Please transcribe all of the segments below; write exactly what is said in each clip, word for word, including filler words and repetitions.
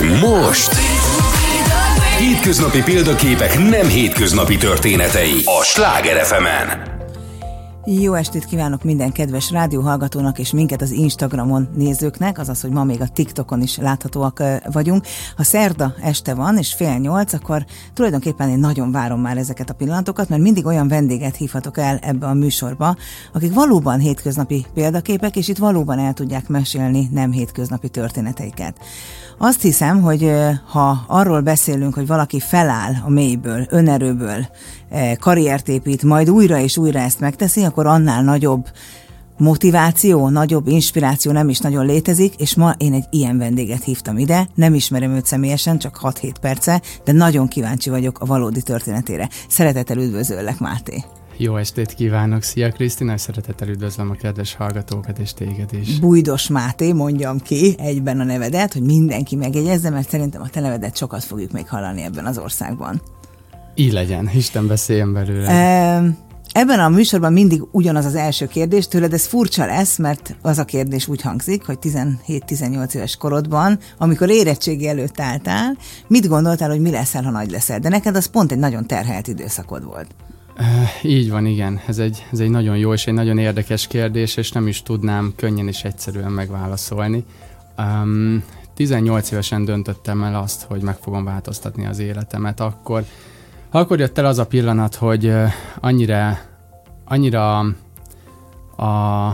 most hétköznapi példaképek nem hétköznapi történetei a Sláger ef emen. Jó estét kívánok minden kedves rádióhallgatónak és minket az Instagramon nézőknek, azaz, hogy ma még a TikTokon is láthatóak vagyunk. Ha szerda este van és fél nyolc, akkor tulajdonképpen én nagyon várom már ezeket a pillanatokat, mert mindig olyan vendéget hívhatok el ebbe a műsorba, akik valóban hétköznapi példaképek, és itt valóban el tudják mesélni nem hétköznapi történeteiket. Azt hiszem, hogy ha arról beszélünk, hogy valaki feláll a mélyből, önerőből, karriert épít, majd újra és újra ezt megteszi, akkor annál nagyobb motiváció, nagyobb inspiráció nem is nagyon létezik, és ma én egy ilyen vendéget hívtam ide, nem ismerem őt személyesen, csak hat-hét perce, de nagyon kíváncsi vagyok a valódi történetére. Szeretettel üdvözöllek, Máté! Jó estét kívánok! Szia, Krisztina! Szeretettel üdvözlöm a kedves hallgatókat és téged is. Bújdos Máté, mondjam ki egyben a nevedet, hogy mindenki megjegyezze, mert szerintem a te nevedet sokat fogjuk még hallani ebben az országban. Így legyen, Isten beszéljen belőle. E- ebben a műsorban mindig ugyanaz az első kérdés, tőled ez furcsa lesz, mert az a kérdés úgy hangzik, hogy tizenhét-tizennyolc éves korodban, amikor érettségi előtt álltál, mit gondoltál, hogy mi leszel, ha nagy leszel? De neked az pont egy nagyon terhelt időszakod volt. Így van, igen. Ez egy, ez egy nagyon jó és egy nagyon érdekes kérdés, és nem is tudnám könnyen és egyszerűen megválaszolni. Um, tizennyolc évesen döntöttem el azt, hogy meg fogom változtatni az életemet. Akkor, akkor jött el az a pillanat, hogy uh, annyira, annyira a,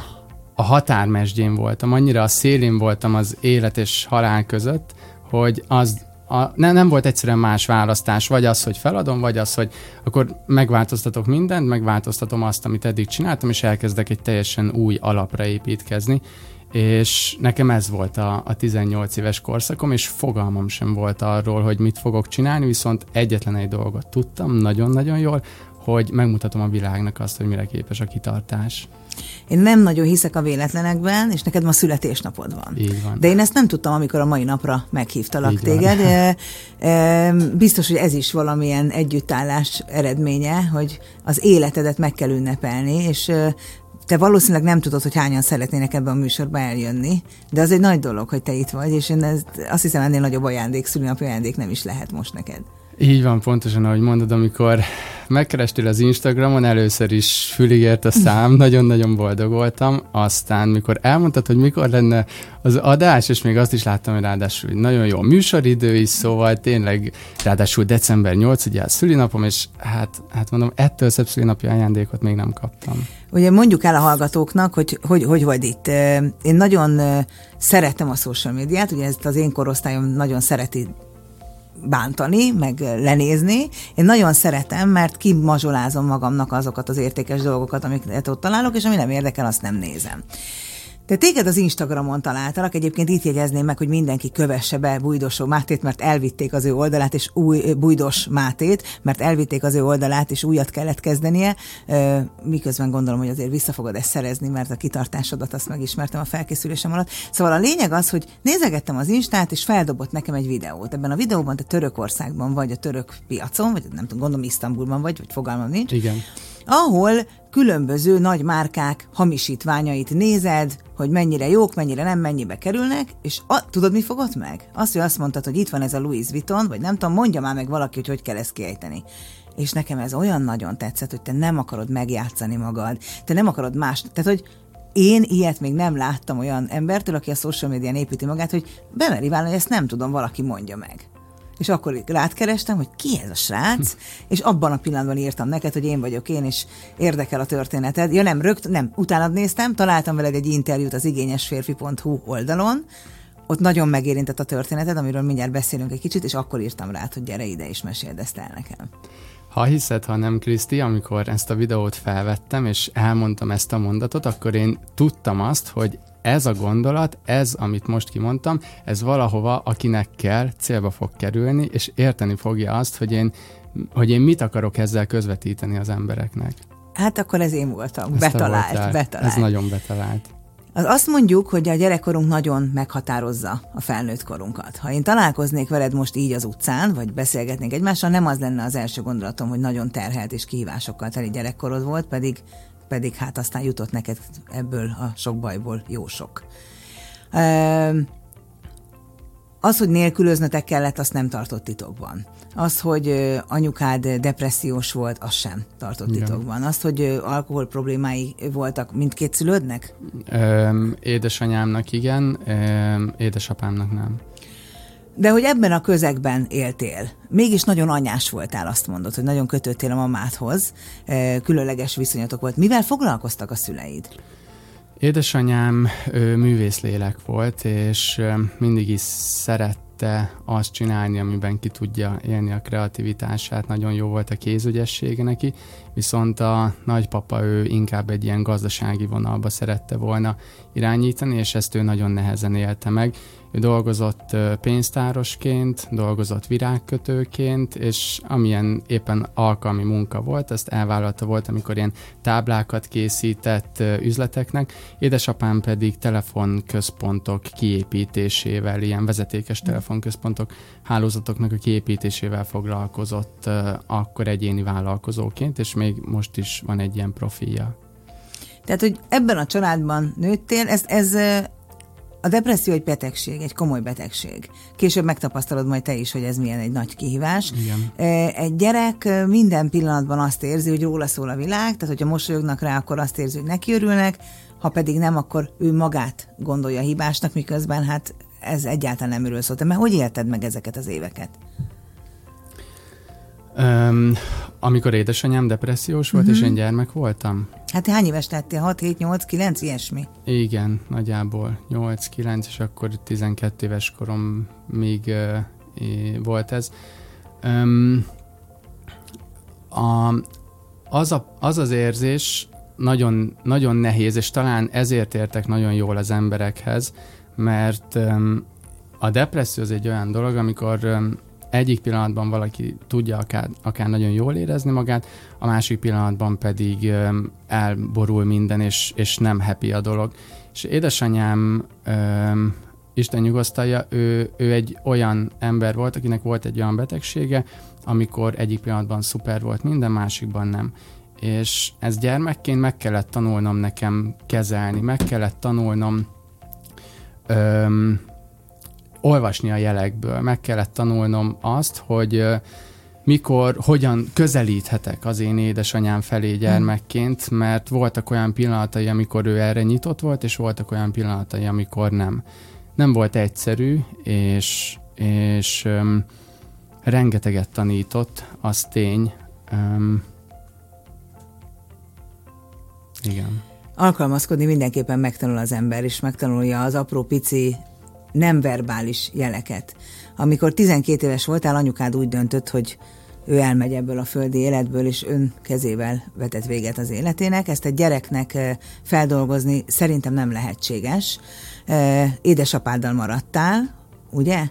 a határmesdjén voltam, annyira a szélén voltam az élet és halál között, hogy az A, ne, nem volt egyszerűen más választás, vagy az, hogy feladom, vagy az, hogy akkor megváltoztatok mindent, megváltoztatom azt, amit eddig csináltam, és elkezdek egy teljesen új alapra építkezni, és nekem ez volt a, a tizennyolc éves korszakom, és fogalmam sem volt arról, hogy mit fogok csinálni, viszont egyetlen egy dolgot tudtam nagyon-nagyon jól, hogy megmutatom a világnak azt, hogy mire képes a kitartás. Én nem nagyon hiszek a véletlenekben, és neked ma születésnapod van. Így van. De én ezt nem tudtam, amikor a mai napra meghívtalak így téged. E, e, biztos, hogy ez is valamilyen együttállás eredménye, hogy az életedet meg kell ünnepelni, és e, te valószínűleg nem tudod, hogy hányan szeretnének ebben a műsorba eljönni, de az egy nagy dolog, hogy te itt vagy, és én ez, azt hiszem, ennél nagyobb ajándék, szülinapi ajándék nem is lehet most neked. Így van, pontosan, ahogy mondod, amikor megkerestél az Instagramon, először is fülig ért a szám, nagyon-nagyon boldog voltam, aztán mikor elmondtad, hogy mikor lenne az adás, és még azt is láttam, hogy ráadásul nagyon jó műsoridő is, szóval tényleg ráadásul december nyolcadika a szülinapom, és hát, hát mondom, ettől szebb szülinapi ajándékot még nem kaptam. Ugye mondjuk el a hallgatóknak, hogy hogy, hogy vagy itt. Én nagyon szeretem a social médiát, ugye ezt az én korosztályom nagyon szereti bántani, meg lenézni. Én nagyon szeretem, mert kimazsolázom magamnak azokat az értékes dolgokat, amiket ott találok, és ami nem érdekel, azt nem nézem. De téged az Instagramon találtalak, egyébként itt jegyezném meg, hogy mindenki kövesse be Bújdosó Mátét, mert elvitték az ő oldalát, és új Bújdos Mátét, mert elvitték az ő oldalát, és újat kellett kezdenie, miközben gondolom, hogy azért vissza fogod ezt szerezni, mert a kitartásodat azt megismertem a felkészülésem alatt. Szóval a lényeg az, hogy nézegettem az Instát, és feldobott nekem egy videót. Ebben a videóban te Törökországban vagy, a török piacon, vagy nem tudom, gondolom Isztambulban vagy, vagy fogalmam nincs. Igen. Ahol különböző nagy márkák hamisítványait nézed, hogy mennyire jók, mennyire nem, mennyibe kerülnek, és a, tudod, mi fogott meg? Azt, hogy azt mondtad, hogy itt van ez a Louis Vuitton, vagy nem tudom, mondja már meg valaki, hogy hogy kell ezt kiejteni. És nekem ez olyan nagyon tetszett, hogy te nem akarod megjátszani magad, te nem akarod más, tehát, hogy én ilyet még nem láttam olyan embertől, aki a social médián építi magát, hogy bemeri vállalni, hogy ezt nem tudom, valaki mondja meg. És akkor rád kerestem, hogy ki ez a srác, és abban a pillanatban írtam neked, hogy én vagyok én, és érdekel a történeted. Ja nem, rögt, nem, utánad néztem, találtam veled egy interjút az igényesférfi pont hu oldalon, ott nagyon megérintett a történeted, amiről mindjárt beszélünk egy kicsit, és akkor írtam rád, hogy gyere ide és meséld ezt el nekem. Ha hiszed, ha nem, Kriszti, amikor ezt a videót felvettem, és elmondtam ezt a mondatot, akkor én tudtam azt, hogy ez a gondolat, ez, amit most kimondtam, ez valahova, akinek kell, célba fog kerülni, és érteni fogja azt, hogy én, hogy én mit akarok ezzel közvetíteni az embereknek. Hát akkor ez én voltam. Ezt betalált, betalált. Ez nagyon betalált. Az azt mondjuk, hogy a gyerekkorunk nagyon meghatározza a felnőtt korunkat. Ha én találkoznék veled most így az utcán, vagy beszélgetnénk egymással, nem az lenne az első gondolatom, hogy nagyon terhelt és kihívásokkal teli gyerekkorod volt, pedig, pedig hát aztán jutott neked ebből a sok bajból jó sok. Az, hogy nélkülöznötek kellett, azt nem tartott titokban. Az, hogy anyukád depressziós volt, azt sem tartott Igen. titokban. Az, hogy alkohol problémái voltak mindkét szülődnek? Öm, édesanyámnak igen, öm, édesapámnak nem. De hogy ebben a közegben éltél, mégis nagyon anyás voltál, azt mondod, hogy nagyon kötöttél a mamádhoz, különleges viszonyatok volt. Mivel foglalkoztak a szüleid? Édesanyám ő, művészlélek volt, és mindig is szerette azt csinálni, amiben ki tudja élni a kreativitását. Nagyon jó volt a kézügyessége neki, viszont a nagypapa ő inkább egy ilyen gazdasági vonalba szerette volna irányítani, és ezt ő nagyon nehezen élte meg. Ő dolgozott pénztárosként, dolgozott virágkötőként, és amilyen éppen alkalmi munka volt, azt elvállalta volt, amikor ilyen táblákat készített üzleteknek. Édesapám pedig telefonközpontok kiépítésével, ilyen vezetékes telefonközpontok hálózatoknak a kiépítésével foglalkozott akkor egyéni vállalkozóként, és még most is van egy ilyen profilja. Tehát, hogy ebben a családban nőttél, ez, ez a depresszió egy betegség, egy komoly betegség. Később megtapasztalod majd te is, hogy ez milyen egy nagy kihívás. Igen. Egy gyerek minden pillanatban azt érzi, hogy róla szól a világ, tehát hogyha mosolyognak rá, akkor azt érzi, hogy neki örülnek, ha pedig nem, akkor ő magát gondolja hibásnak, miközben hát ez egyáltalán nem örül szólt. Mert hogy élted meg ezeket az éveket? Um, amikor édesanyám depressziós volt, uh-huh. és én gyermek voltam. Hát hány éves lettél? hat, hét, nyolc, kilenc, ilyesmi? Igen, nagyjából nyolc, kilenc, és akkor tizenkét éves korom még uh, volt ez. Um, a, az, a, az az érzés nagyon, nagyon nehéz, és talán ezért értek nagyon jól az emberekhez, mert um, a depresszió az egy olyan dolog, amikor um, egyik pillanatban valaki tudja akár, akár nagyon jól érezni magát, a másik pillanatban pedig um, elborul minden, és, és nem happy a dolog. És édesanyám, um, Isten nyugosztalja, ő, ő egy olyan ember volt, akinek volt egy olyan betegsége, amikor egyik pillanatban szuper volt minden, másikban nem. És ezt gyermekként meg kellett tanulnom nekem kezelni, meg kellett tanulnom um, olvasni a jelekből, meg kellett tanulnom azt, hogy uh, mikor, hogyan közelíthetek az én édesanyám felé gyermekként, mert voltak olyan pillanatai, amikor ő erre nyitott volt, és voltak olyan pillanatai, amikor nem. Nem volt egyszerű, és, és um, rengeteget tanított, az tény. Um, igen. Alkalmazkodni mindenképpen megtanul az ember, és megtanulja az apró pici nem verbális jeleket. Amikor tizenkét éves voltál, anyukád úgy döntött, hogy ő elmegy ebből a földi életből, és ön kezével vetett véget az életének. Ezt egy gyereknek feldolgozni szerintem nem lehetséges. Édesapáddal maradtál, ugye?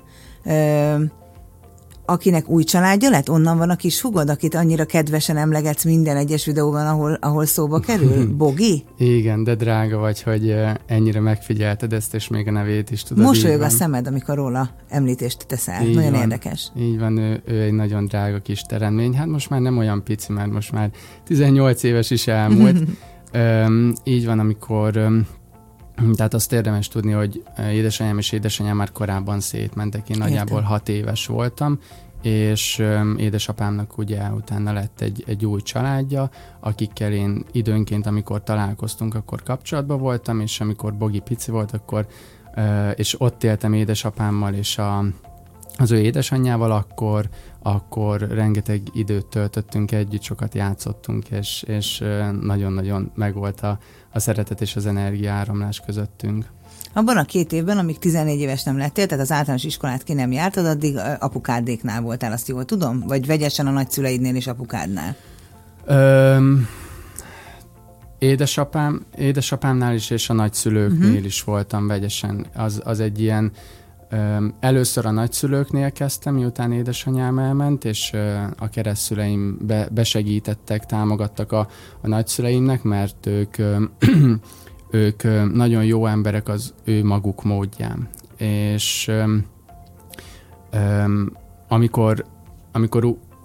Akinek új családja lett, onnan van a kis hugod, akit annyira kedvesen emlegetsz minden egyes videóban, ahol, ahol szóba kerül? Bogi? Igen, de drága vagy, hogy ennyire megfigyelted ezt, és még a nevét is tudod. Mosolyog a szemed, amikor róla említést teszel. Így nagyon van, érdekes. Így van, ő, ő egy nagyon drága kis teremmény. Hát most már nem olyan pici, mert most már tizennyolc éves is elmúlt. Üm, így van, amikor... Üm, Tehát azt érdemes tudni, hogy édesanyám és édesanyám már korábban szétmentek. Én nagyjából hat éves voltam, és édesapámnak ugye utána lett egy, egy új családja, akikkel én időnként, amikor találkoztunk, akkor kapcsolatban voltam, és amikor Bogi pici volt, akkor, és ott éltem édesapámmal és a, az ő édesanyjával, akkor, akkor rengeteg időt töltöttünk együtt, sokat játszottunk, és, és nagyon-nagyon megvolt a, a szeretet és az energiaáramlás közöttünk. Abban a két évben, amíg tizennégy éves nem lettél, tehát az általános iskolát ki nem jártad, addig apukádéknál voltál, azt jól tudom? Vagy vegyesen a nagyszüleidnél és apukádnál? Öm, édesapám, édesapámnál is és a nagyszülőknél uh-huh. is voltam vegyesen. Az, az egy ilyen Öm, először a nagyszülőknél kezdtem, miután édesanyám elment, és ö, a keresztszüleim be, besegítettek, támogattak a, a nagyszüleimnek, mert ők, ö, ők ö, nagyon jó emberek az ő maguk módján. És ö, ö, amikor, amikor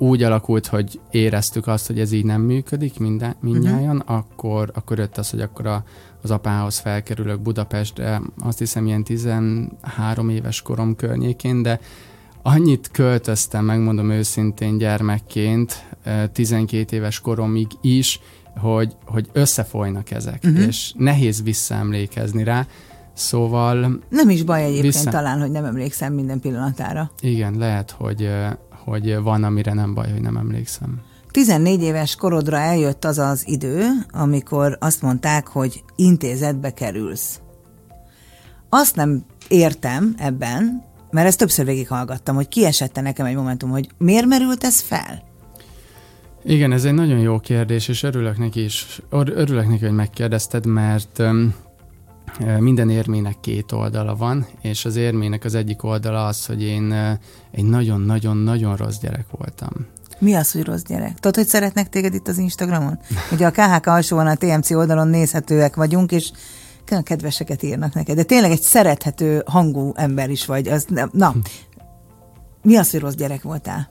úgy alakult, hogy éreztük azt, hogy ez így nem működik minden, mindnyájan, uh-huh. akkor, akkor jött az, hogy akkor a, az apához felkerülök Budapestre, azt hiszem ilyen tizenhárom éves korom környékén, de annyit költöztem, megmondom őszintén gyermekként, tizenkét éves koromig is, hogy, hogy összefolynak ezek, uh-huh. és nehéz visszaemlékezni rá, szóval... Nem is baj egyébként vissza... talán, hogy nem emlékszem minden pillanatára. Igen, lehet, hogy, hogy van, amire nem baj, hogy nem emlékszem. tizennégy éves korodra eljött az az idő, amikor azt mondták, hogy intézetbe kerülsz. Azt nem értem ebben, mert ezt többször végighallgattam, hogy kiesette nekem egy momentum, hogy miért merült ez fel? Igen, ez egy nagyon jó kérdés, és örülök neki is, örülök neki, hogy megkérdezted, mert um, minden érmének két oldala van, és az érmének az egyik oldala az, hogy én uh, egy nagyon-nagyon-nagyon rossz gyerek voltam. Mi az, hogy rossz gyerek? Tudod, hogy szeretnek téged itt az Instagramon? Ugye a ká há ká alsóban a té em cé oldalon nézhetőek vagyunk, és kedveseket írnak neked. De tényleg egy szerethető hangú ember is vagy. Az, na, mi az, hogy rossz gyerek voltál?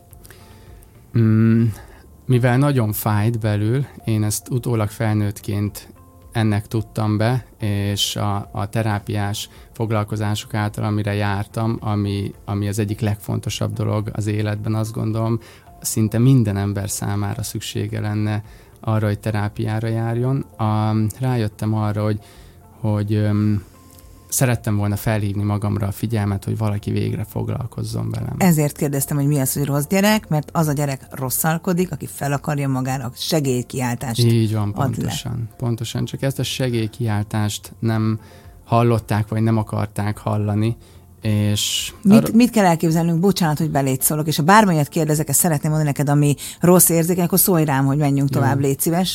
Mm, mivel nagyon fájt belül, én ezt utólag felnőttként ennek tudtam be, és a, a terápiás foglalkozások által, amire jártam, ami, ami az egyik legfontosabb dolog az életben, azt gondolom, szinte minden ember számára szüksége lenne arra, hogy terápiára járjon. A, rájöttem arra, hogy, hogy öm, szerettem volna felhívni magamra a figyelmet, hogy valaki végre foglalkozzon velem. Ezért kérdeztem, hogy mi az, hogy rossz gyerek, mert az a gyerek rosszalkodik, aki fel akarja magára segélykiáltást. Így van, pontosan. Pontosan, csak ezt a segélykiáltást nem hallották, vagy nem akarták hallani, és... Mit, arra... mit kell elképzelnünk? Bocsánat, hogy beléd szólok, és ha bármelyet kérdezek, ezt szeretném mondani neked, ami rossz érzékeny, akkor szólj rám, hogy menjünk tovább, légy szíves.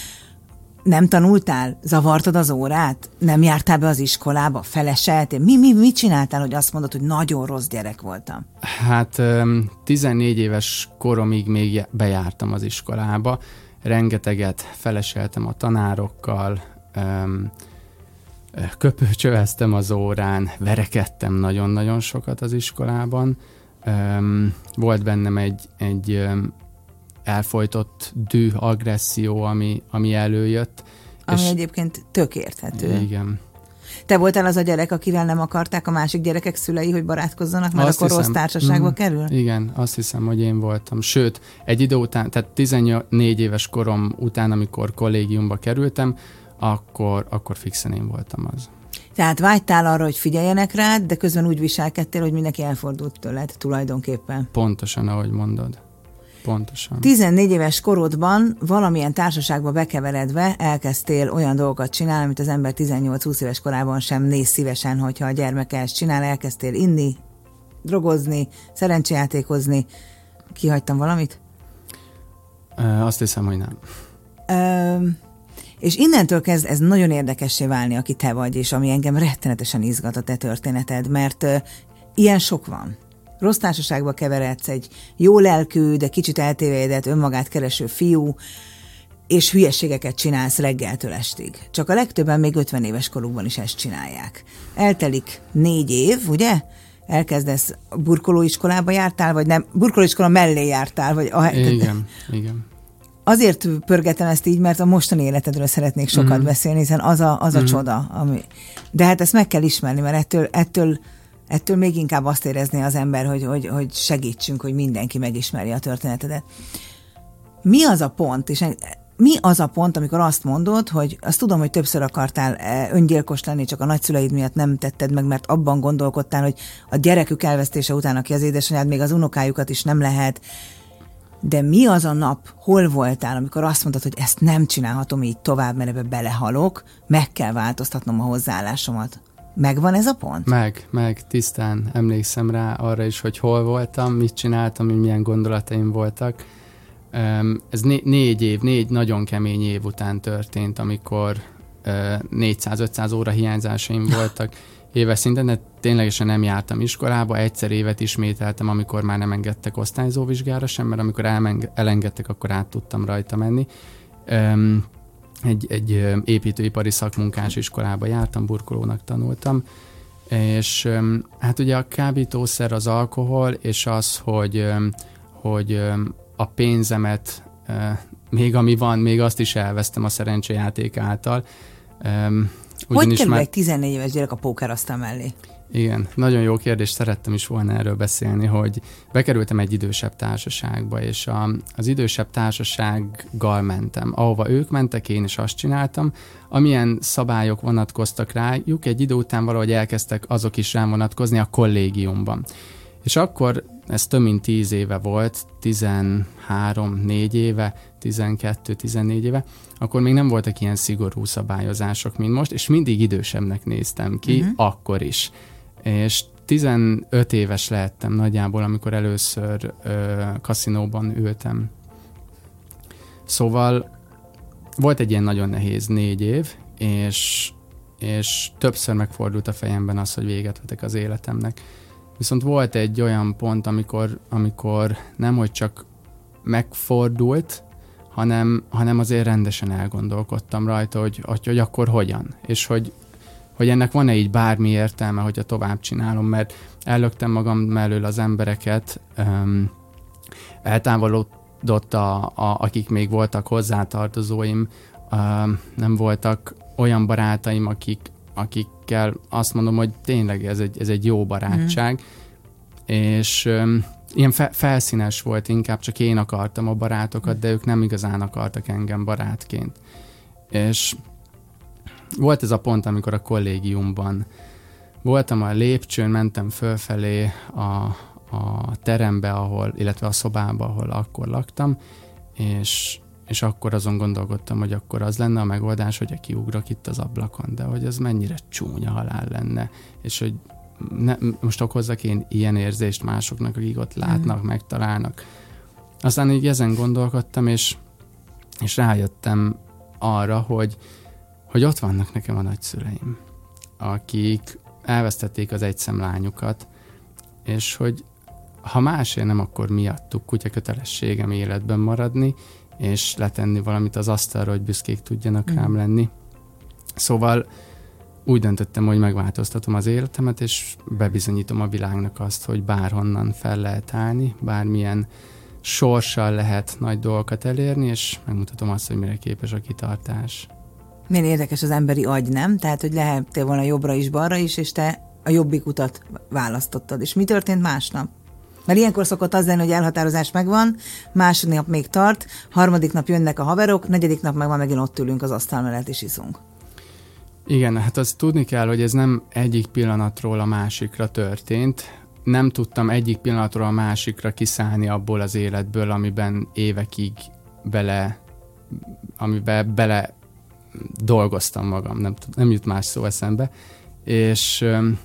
Nem tanultál? Zavartad az órát? Nem jártál be az iskolába? Feleseltél? Mi, mi, mit csináltál, hogy azt mondod, hogy nagyon rossz gyerek voltam? Hát tizennégy éves koromig még bejártam az iskolába. Rengeteget feleseltem a tanárokkal, köpőcsöveztem az órán, verekedtem nagyon-nagyon sokat az iskolában. Volt bennem egy, egy elfojtott dű, agresszió, ami, ami előjött. Ami és egyébként tök érthető. Igen. Te voltál az a gyerek, akivel nem akarták a másik gyerekek szülei, hogy barátkozzanak, mert azt akkor hiszem, rossz társaságba mm, kerül? Igen, azt hiszem, hogy én voltam. Sőt, egy idő után, tehát tizennégy éves korom után, amikor kollégiumba kerültem, akkor, akkor fixen én voltam az. Tehát vágytál arra, hogy figyeljenek rád, de közben úgy viselkedtél, hogy mindenki elfordult tőled tulajdonképpen. Pontosan, ahogy mondod. Pontosan. tizennégy éves korodban valamilyen társaságba bekeveredve elkezdtél olyan dolgokat csinálni, amit az ember tizennyolc-húsz éves korában sem néz szívesen, hogyha a gyermeke ezt csinál. Elkezdtél inni, drogozni, szerencsejátékozni. Kihagytam valamit? Ö, azt hiszem, hogy nem. Ö, és innentől kezd ez nagyon érdekessé válni, aki te vagy, és ami engem rettenetesen izgat a te történeted, mert ö, ilyen sok van. Rossz társaságba keveredsz, egy jó lelkű, de kicsit eltévedett, önmagát kereső fiú, és hülyeségeket csinálsz reggeltől estig. Csak a legtöbben még ötven éves korukban is ezt csinálják. Eltelik négy év, ugye? Elkezdesz burkolóiskolába jártál, vagy nem? Burkolóiskola mellé jártál, vagy... A... Igen, igen. Azért pörgetem ezt így, mert a mostani életedről szeretnék sokat mm. beszélni, hiszen az a, az a mm. csoda. Ami... De hát ezt meg kell ismerni, mert ettől, ettől Ettől még inkább azt érezné az ember, hogy, hogy, hogy segítsünk, hogy mindenki megismerje a történetedet. Mi az a pont, és mi az a pont, amikor azt mondod, hogy azt tudom, hogy többször akartál öngyilkos lenni, csak a nagyszüleid miatt nem tetted meg, mert abban gondolkodtál, hogy a gyerekük elvesztése után, aki az édesanyád, még az unokájukat is nem lehet. De mi az a nap, hol voltál, amikor azt mondtad, hogy ezt nem csinálhatom így tovább, mert ebbe belehalok, meg kell változtatnom a hozzáállásomat? Megvan ez a pont? Meg, meg, tisztán emlékszem rá arra is, hogy hol voltam, mit csináltam, milyen gondolataim voltak. Ez né- négy év, négy nagyon kemény év után történt, amikor négyszáz-ötszáz óra hiányzásaim voltak éves szinten, de ténylegesen nem jártam iskolába, egyszer évet ismételtem, amikor már nem engedtek osztályzóvizsgára sem, mert amikor elmeng- elengedtek, akkor át tudtam rajta menni. Egy, egy építőipari szakmunkás iskolába jártam, burkolónak tanultam, és hát ugye a kábítószer, az alkohol, és az, hogy, hogy a pénzemet, még ami van, még azt is elvesztem a szerencsejáték által. Hogy kerül egy tizennégy éves gyerek a pókerasztal mellé? Igen, nagyon jó kérdés, szerettem is volna erről beszélni, hogy bekerültem egy idősebb társaságba, és a, az idősebb társasággal mentem. Ahova ők mentek, én is azt csináltam. Amilyen szabályok vonatkoztak rájuk, egy idő után valahogy elkezdtek azok is rám vonatkozni a kollégiumban. És akkor, ez több mint tíz éve volt, tizenhárom négy éve, tizenkettő tizennégy éve, akkor még nem voltak ilyen szigorú szabályozások, mint most, és mindig idősebbnek néztem ki, uh-huh. akkor is. És tizenöt éves lehettem nagyjából, amikor először ö, kaszinóban ültem. Szóval volt egy ilyen nagyon nehéz négy év, és, és többször megfordult a fejemben az, hogy véget vetek az életemnek. Viszont volt egy olyan pont, amikor, amikor nemhogy csak megfordult, hanem, hanem azért rendesen elgondolkodtam rajta, hogy, hogy, hogy akkor hogyan, és hogy, hogy ennek van-e így bármi értelme, hogyha tovább csinálom, mert ellöktem magam mellől az embereket, um, eltávolodott, a, a, akik még voltak hozzátartozóim, um, nem voltak olyan barátaim, akik, akikkel azt mondom, hogy tényleg ez egy, ez egy jó barátság, mm. és um, ilyen fe, felszínes volt, inkább csak én akartam a barátokat, de ők nem igazán akartak engem barátként. És volt ez a pont, amikor a kollégiumban voltam a lépcsőn, mentem fölfelé a, a terembe, ahol, illetve a szobába, ahol akkor laktam, és, és akkor azon gondolkodtam, hogy akkor az lenne a megoldás, hogy kiugrok itt az ablakon, de hogy ez mennyire csúnya halál lenne, és hogy ne, most okozzak én ilyen érzést másoknak, akik ott látnak, mm. megtalálnak. Aztán így ezen gondolkodtam, és, és rájöttem arra, hogy, hogy ott vannak nekem a nagyszüleim, akik elvesztették az egyszemlányukat, és hogy ha másért nem, akkor miattuk kutya kötelességem életben maradni, és letenni valamit az asztalra, hogy büszkék tudjanak mm. rám lenni. Szóval úgy döntöttem, hogy megváltoztatom az életemet, és bebizonyítom a világnak azt, hogy bárhonnan fel lehet állni, bármilyen sorssal lehet nagy dolgokat elérni, és megmutatom azt, hogy mire képes a kitartás. Milyen érdekes az emberi agy, nem? Tehát, hogy lehettél volna jobbra is, balra is, és te a jobbik utat választottad. És mi történt másnap? Mert ilyenkor szokott az lenni, hogy elhatározás megvan, másodnap még tart, harmadik nap jönnek a haverok, negyedik nap meg van megint ott ülünk az asztal mellett és iszunk. Igen, hát azt tudni kell, hogy ez nem egyik pillanatról a másikra történt. Nem tudtam egyik pillanatról a másikra kiszállni abból az életből, amiben évekig bele, amiben bele dolgoztam magam, nem, nem jut más szó eszembe. És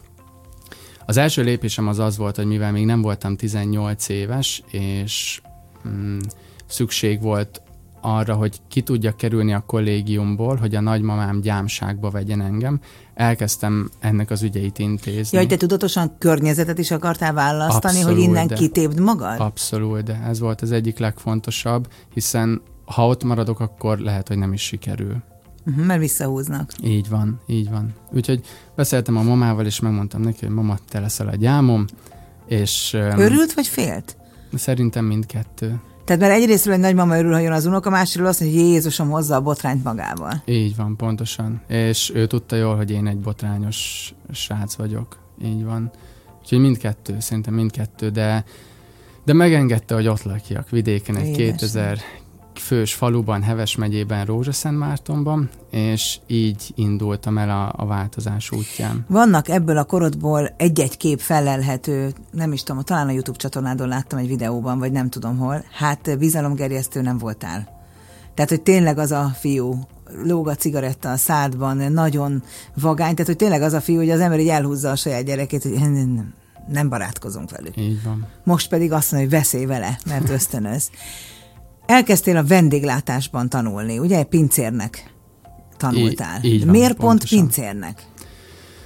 az első lépésem az az volt, hogy mivel még nem voltam tizennyolc éves, és mm, szükség volt arra, hogy ki tudjak kerülni a kollégiumból, hogy a nagymamám gyámságba vegyen engem, elkezdtem ennek az ügyeit intézni. Jaj, te tudatosan környezetet is akartál választani, abszolút, hogy innen kitépd magad? Abszolút, de ez volt az egyik legfontosabb, hiszen ha ott maradok, akkor lehet, hogy nem is sikerül. Uh-huh, mert visszahúznak. Így van, így van. Úgyhogy beszéltem a mamával, és megmondtam neki, hogy mama, te leszel a gyámom, és... Örült, vagy félt? Szerintem mindkettő. Tehát mert egyrésztről egy nagymama örül, ha jön az unoka, másról azt, hogy Jézusom hozza a botrányt magával. Így van, pontosan. És ő tudta jól, hogy én egy botrányos srác vagyok. Így van. Úgyhogy mindkettő, szerintem mindkettő, de, de megengedte, hogy ott lakjak vidéken egy Édesen. kétezer fős faluban, Heves megyében, Rózsaszentmártonban, és így indultam el a, a változás útján. Vannak ebből a korodból egy-egy kép felelhető, nem is tudom, talán a YouTube csatornádon láttam egy videóban, vagy nem tudom hol, hát bizalomgerjesztő nem voltál. Tehát, hogy tényleg az a fiú lóg a cigaretta a szádban, nagyon vagány, tehát, hogy tényleg az a fiú, hogy az ember így elhúzza a saját gyerekét, hogy nem, nem barátkozunk velük. Így van. Most pedig azt mondja, hogy veszély vele, mert ösztönöz. Elkezdtél a vendéglátásban tanulni, ugye? Pincérnek tanultál. Így, így van, Miért pontosan. pont pincérnek?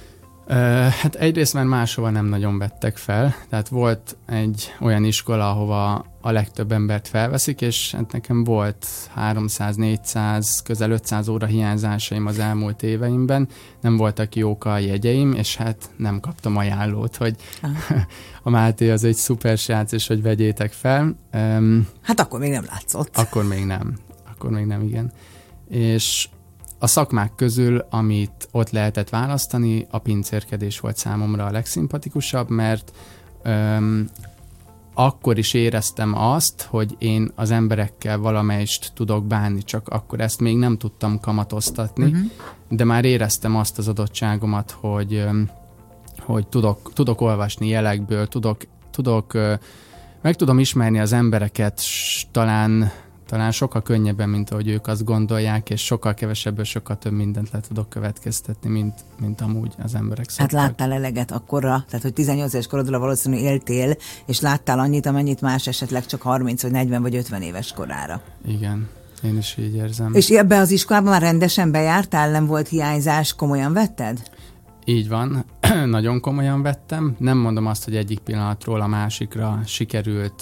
Hát egyrészt már máshova nem nagyon vettek fel, tehát volt egy olyan iskola, ahova a legtöbb embert felveszik, és hát nekem volt háromszáz-négyszáz, közel ötszáz óra hiányzásaim az elmúlt éveimben, nem voltak jók a jegyeim, és hát nem kaptam ajánlót, hogy a Máté az egy szuper srác, és hogy vegyétek fel. Hát akkor még nem látszott. Akkor még nem, akkor még nem, igen. És a szakmák közül, amit ott lehetett választani, a pincérkedés volt számomra a legszimpatikusabb, mert öm, akkor is éreztem azt, hogy én az emberekkel valamelyest tudok bánni, csak akkor ezt még nem tudtam kamatoztatni, uh-huh. de már éreztem azt az adottságomat, hogy, öm, hogy tudok, tudok olvasni jelekből, tudok, tudok ö, meg tudom ismerni az embereket, s talán Talán sokkal könnyebben, mint ahogy ők azt gondolják, és sokkal kevesebből, sokkal több mindent le tudok következtetni, mint, mint amúgy az emberek szoktak. Hát láttál eleget akkorra, tehát hogy tizennyolc éves korodra valószínűleg éltél, és láttál annyit, amennyit más esetleg csak harminc, vagy negyven, vagy ötven éves korára. Igen, én is így érzem. És ebbe az iskolában már rendesen bejártál, nem volt hiányzás, komolyan vetted? Így van, nagyon komolyan vettem. Nem mondom azt, hogy egyik pillanatról a másikra sikerült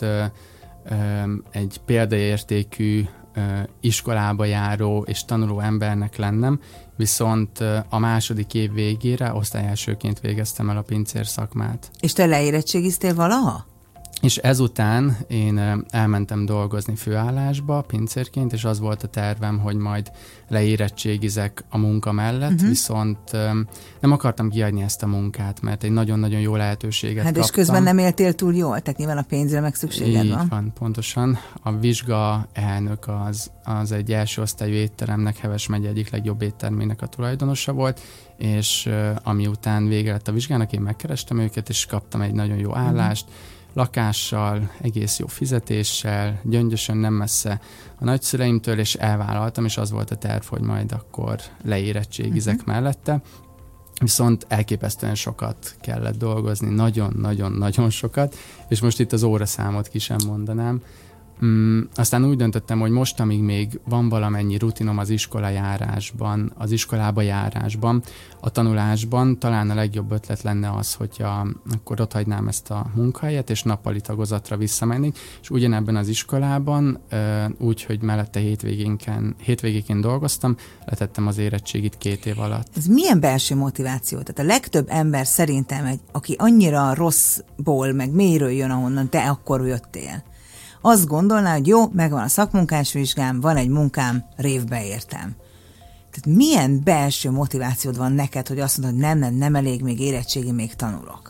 egy példaértékű iskolába járó és tanuló embernek lennem, viszont a második év végére osztályelsőként végeztem el a pincér szakmát. És te leérettségiztél valaha? És ezután én elmentem dolgozni főállásba pincérként, és az volt a tervem, hogy majd leérettségizek a munka mellett, uh-huh. viszont nem akartam kiadni ezt a munkát, mert egy nagyon-nagyon jó lehetőséget hát kaptam. És közben nem éltél túl jól, tehát nyilván a pénzre meg szükséged Így van. Így van, pontosan. A vizsga elnök az, az egy első osztályú étteremnek, Heves megye egyik legjobb éttermének a tulajdonosa volt, és ami után vége lett a vizsgának, én megkerestem őket, és kaptam egy nagyon jó állást, uh-huh. lakással, egész jó fizetéssel, Gyöngyösön nem messze a nagyszüleimtől, és elvállaltam, és az volt a terv, hogy majd akkor leérettségizek uh-huh. mellette. Viszont elképesztően sokat kellett dolgozni, nagyon-nagyon-nagyon sokat, és most itt az óraszámot ki sem mondanám. Mm, aztán úgy döntöttem, hogy most, amíg még van valamennyi rutinom az iskola-járásban, az iskolába járásban, a tanulásban, talán a legjobb ötlet lenne az, hogyha akkor ott hagynám ezt a munkahelyet, és nappali tagozatra visszamennék, és ugyanebben az iskolában, úgy, hogy mellette hétvégénken, hétvégéken dolgoztam, letettem az érettségit két év alatt. Ez milyen belső motiváció? Tehát a legtöbb ember szerintem, egy, aki annyira rosszból, meg mélyről jön, ahonnan te akkor jöttél, azt gondolná, hogy jó, megvan a szakmunkás vizsgám, van egy munkám, révbe értem. Tehát milyen belső motivációd van neked, hogy azt mondod, hogy nem, nem, nem elég, még érettségi, még tanulok?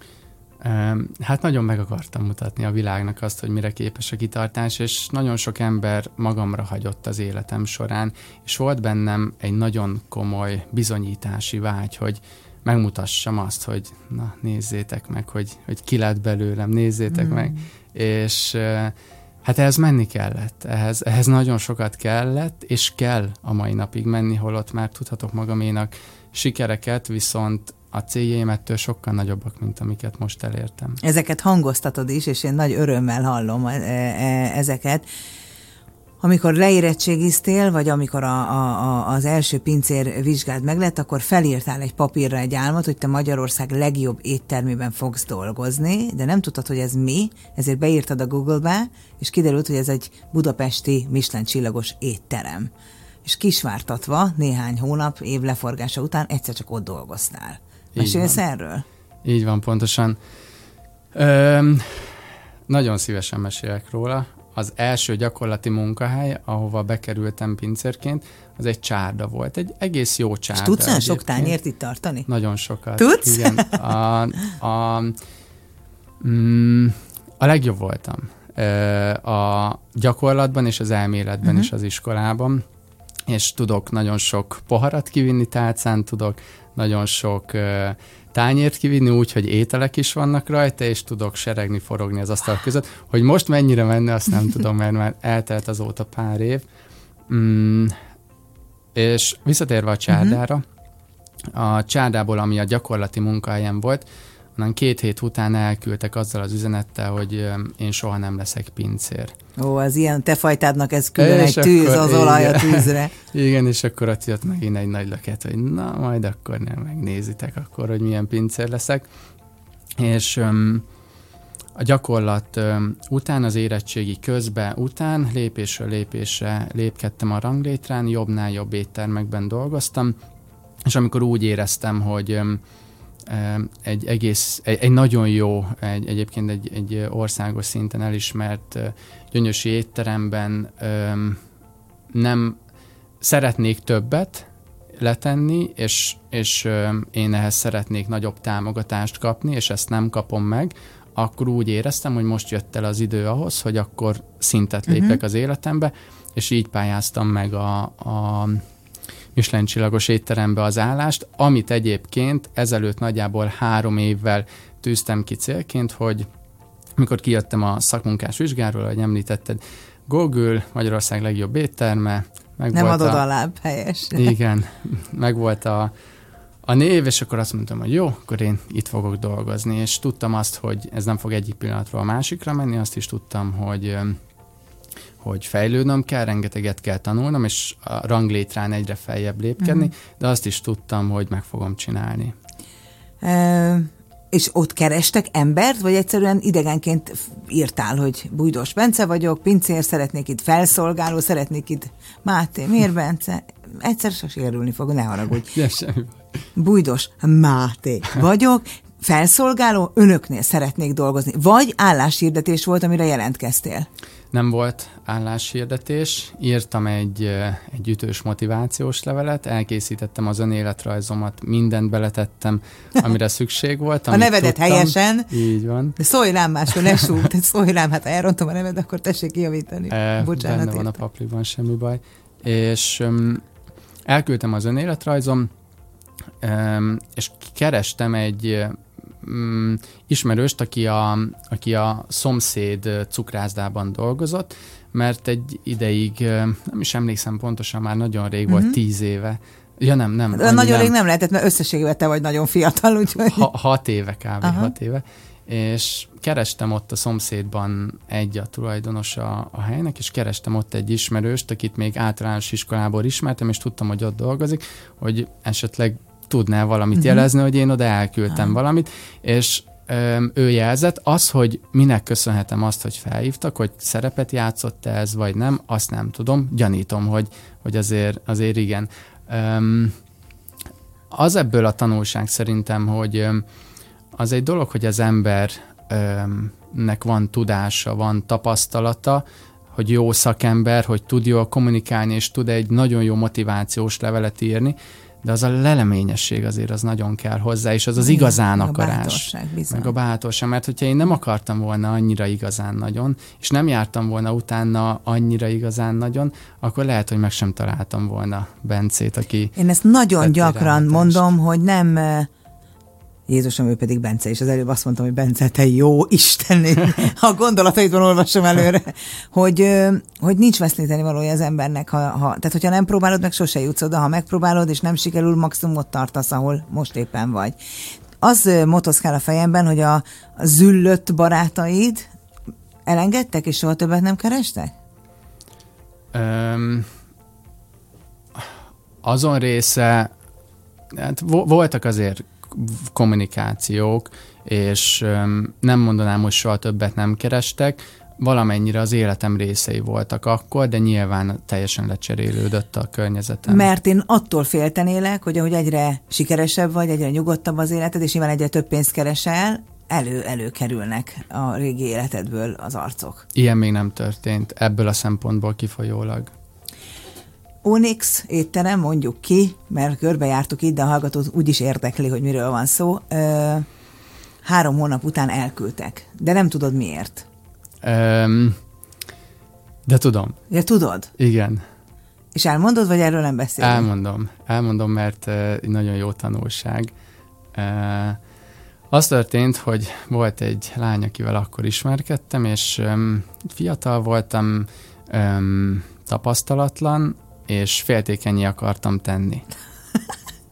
Hát nagyon meg akartam mutatni a világnak azt, hogy mire képes a kitartás, és nagyon sok ember magamra hagyott az életem során, és volt bennem egy nagyon komoly bizonyítási vágy, hogy megmutassam azt, hogy na, nézzétek meg, hogy, hogy ki lett belőlem, nézzétek mm. meg. És hát ehhez menni kellett, ehhez, ehhez nagyon sokat kellett, és kell a mai napig menni, holott már tudhatok magaménak sikereket, viszont a céljaim ettől sokkal nagyobbak, mint amiket most elértem. Ezeket hangoztatod is, és én nagy örömmel hallom ezeket. Amikor leérettségiztél, vagy amikor a, a, a, az első pincér vizsgád meglett, akkor felírtál egy papírra egy álmot, hogy te Magyarország legjobb éttermében fogsz dolgozni, de nem tudtad, hogy ez mi, ezért beírtad a Google-be, és kiderült, hogy ez egy budapesti Michelin csillagos étterem. És kisvártatva néhány hónap, év leforgása után egyszer csak ott dolgoztál. Mesélsz erről? Így van, pontosan. Öm, nagyon szívesen mesélek róla. Az első gyakorlati munkahely, ahova bekerültem pincérként, az egy csárda volt. Egy egész jó csárda. És tudsz olyan sok tányért itt tartani? Nagyon sokat. Tudsz? Igen. A, a, mm, a legjobb voltam. A gyakorlatban és az elméletben uh-huh. is az iskolában. És tudok nagyon sok poharat kivinni tálcán, tudok nagyon sok uh, tányért kivinni úgy, hogy ételek is vannak rajta, és tudok seregni, forogni az asztal között. Hogy most mennyire menne, azt nem tudom, mert már eltelt azóta pár év. Mm, és visszatérve a csárdára, a csárdából, ami a gyakorlati munkahelyen volt, onnan két hét után elküldtek azzal az üzenettel, hogy én soha nem leszek pincér. Ó, az ilyen te fajtádnak ez külön egy tűz, az olaj a tűzre. Igen, és akkor ott jött megint egy nagy löket, hogy na, majd akkor nem megnézitek akkor, hogy milyen pincér leszek. És um, a gyakorlat um, után, az érettségi közben után lépésről lépésre lépkedtem a ranglétrán, jobbnál jobb éttermekben dolgoztam, és amikor úgy éreztem, hogy um, egy egész, egy, egy nagyon jó, egy, egyébként egy, egy országos szinten elismert uh, gyöngyösi étteremben um, nem szeretnék többet letenni, és, és um, én ehhez szeretnék nagyobb támogatást kapni, és ezt nem kapom meg, akkor úgy éreztem, hogy most jött el az idő ahhoz, hogy akkor szintet lépjek uh-huh. az életembe, és így pályáztam meg a, a Michelin csillagos étterembe az állást, amit egyébként ezelőtt nagyjából három évvel tűztem ki célként, hogy mikor kijöttem a szakmunkás vizsgáról, ahogy említetted, Google, Magyarország legjobb étterme. Meg Nem volt adod a, alább, helyes. Igen, meg volt a, a név, és akkor azt mondtam, hogy jó, akkor én itt fogok dolgozni, és tudtam azt, hogy ez nem fog egyik pillanatról a másikra menni, azt is tudtam, hogy hogy fejlődnöm kell, rengeteget kell tanulnom, és a ranglétrán egyre feljebb lépkedni, uh-huh. de azt is tudtam, hogy meg fogom csinálni. E, és ott kerestek embert, vagy egyszerűen idegenként írtál, hogy Bújdos Bence vagyok, pincér, szeretnék itt felszolgáló, szeretnék itt Máté, miért Bence? Egyszer se sérülni fog, ne haragudj. Ja, semmi. Bújdos Máté vagyok, felszolgáló, önöknél szeretnék dolgozni. Vagy álláshirdetés volt, amire jelentkeztél? Nem volt álláshirdetés, írtam egy, egy ütős motivációs levelet, elkészítettem az önéletrajzomat, mindent beletettem, amire szükség volt. A nevedet tudtam. Helyesen. Így van. De szólj rám máskor, ne súgd, szólj rám, hát ha elrontom a neved, akkor tessék kijavítani. E, Bocsánat. Benne van a pakliban, semmi baj. És um, elküldtem az önéletrajzom, um, és kerestem egy um, ismerőst, aki a, aki a szomszéd cukrászdában dolgozott, mert egy ideig, nem is emlékszem pontosan, már nagyon rég uh-huh. volt, tíz éve. Ja nem, nem. Hát, nagyon nem. Rég nem lehetett, mert összességében te vagy nagyon fiatal, úgyhogy... Ha, hat éve kb. Aha. hat éve. És kerestem ott a szomszédban egy a tulajdonos a, a helynek, és kerestem ott egy ismerőst, akit még általános iskolából ismertem, és tudtam, hogy ott dolgozik, hogy esetleg tudná valamit uh-huh. jelezni, hogy én oda elküldtem uh-huh. valamit, és öm, ő jelzett. Az, hogy minek köszönhetem azt, hogy felhívtak, hogy szerepet játszott ez, vagy nem, azt nem tudom. Gyanítom, hogy, hogy azért, azért igen. Öm, az ebből a tanulság szerintem, hogy öm, az egy dolog, hogy az embernek van tudása, van tapasztalata, hogy jó szakember, hogy tud jól kommunikálni, és tud egy nagyon jó motivációs levelet írni, de az a leleményesség azért az nagyon kell hozzá, és az az igazán meg akarás. A bátorság, bizony. Meg a bátorság, mert hogyha én nem akartam volna annyira igazán nagyon, és nem jártam volna utána annyira igazán nagyon, akkor lehet, hogy meg sem találtam volna Bencét, aki... Én ezt nagyon gyakran mondom, hogy nem... Jézusom, ő pedig Bence, és az előbb azt mondtam, hogy Bence, te jó Isten, a gondolataidban olvasom előre, hogy, hogy nincs veszíteni valója az embernek, ha, ha, tehát hogyha nem próbálod, meg sose jutsz oda, ha megpróbálod, és nem sikerül, maximum ott tartasz, ahol most éppen vagy. Az motoszkál a fejemben, hogy a, a züllött barátaid elengedtek, és soha többet nem kerestek? Um, azon része, hát voltak azért kommunikációk, és um, nem mondanám, hogy soha többet nem kerestek, valamennyire az életem részei voltak akkor, de nyilván teljesen lecserélődött a környezetem. Mert én attól féltenélek, hogy ahogy egyre sikeresebb vagy, egyre nyugodtabb az életed, és nyilván egyre több pénzt keresel, elő, előkerülnek a régi életedből az arcok. Ilyen még nem történt, ebből a szempontból kifolyólag. Onyx étterem, mondjuk ki, mert körbejártuk itt, de a hallgatót úgyis érdekli, hogy miről van szó. Ö, három hónap után elküldtek, de nem tudod miért. Um, de tudom. Ja, tudod? Igen. És elmondod, vagy erről nem beszélünk? Elmondom. Elmondom, mert uh, nagyon jó tanulság. Uh, az történt, hogy volt egy lány, akivel akkor ismerkedtem, és um, fiatal voltam, um, tapasztalatlan, és féltékennyé akartam tenni.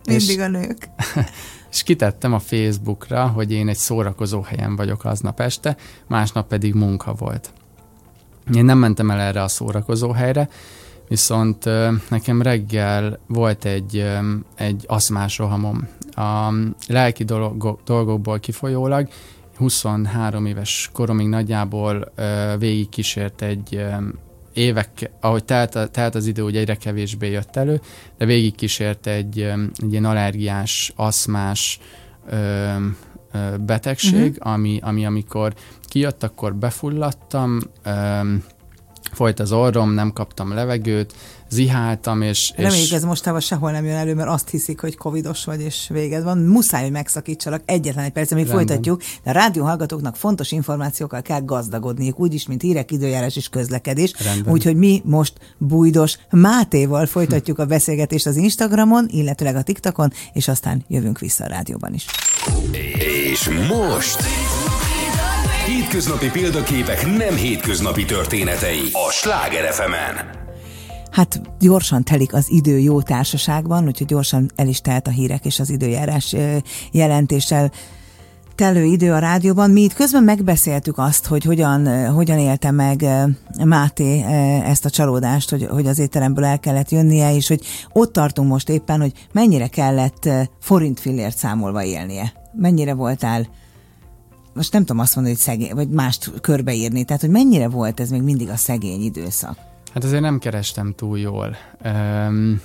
Mindig és, a nők. És kitettem a Facebookra, hogy én egy szórakozó helyen vagyok aznap este, másnap pedig munka volt. Én nem mentem el erre a szórakozó helyre, viszont nekem reggel volt egy, egy aszmás rohamom. A lelki dolgokból kifolyólag huszonhárom éves koromig nagyjából végig kísért egy évek, ahogy telt, telt az idő, hogy egyre kevésbé jött elő, de végig kísért egy, egy ilyen allergiás, aszmás ö, ö, betegség, uh-huh. ami, ami amikor kijött, akkor befulladtam, ö, folyt az orrom, nem kaptam levegőt, ziháltam, és... Reméljük, és... ez mostában sehol nem jön elő, mert azt hiszik, hogy covidos vagy, és véged van. Muszáj, hogy megszakítsalak egyetlen egy percet, még Rendben. Folytatjuk, de a rádióhallgatóknak fontos információkkal kell gazdagodniuk, úgyis, mint hírek, időjárás és közlekedés. Úgyhogy mi most Bújdos Mátéval folytatjuk a beszélgetést az Instagramon, illetőleg a TikTokon, és aztán jövünk vissza a rádióban is. És most... Hétköznapi példaképek nem hétköznapi történetei a Sláger ef emen. Hát gyorsan telik az idő jó társaságban, úgyhogy gyorsan el is telt a hírek és az időjárás jelentéssel telő idő a rádióban. Mi itt közben megbeszéltük azt, hogy hogyan, hogyan élte meg Máté ezt a csalódást, hogy, hogy az étteremből el kellett jönnie, és hogy ott tartunk most éppen, hogy mennyire kellett forintfillért számolva élnie. Mennyire voltál, most nem tudom azt mondani, hogy szegény, vagy mást körbeírni, tehát hogy mennyire volt ez még mindig a szegény időszak? Hát azért nem kerestem túl jól. Öm,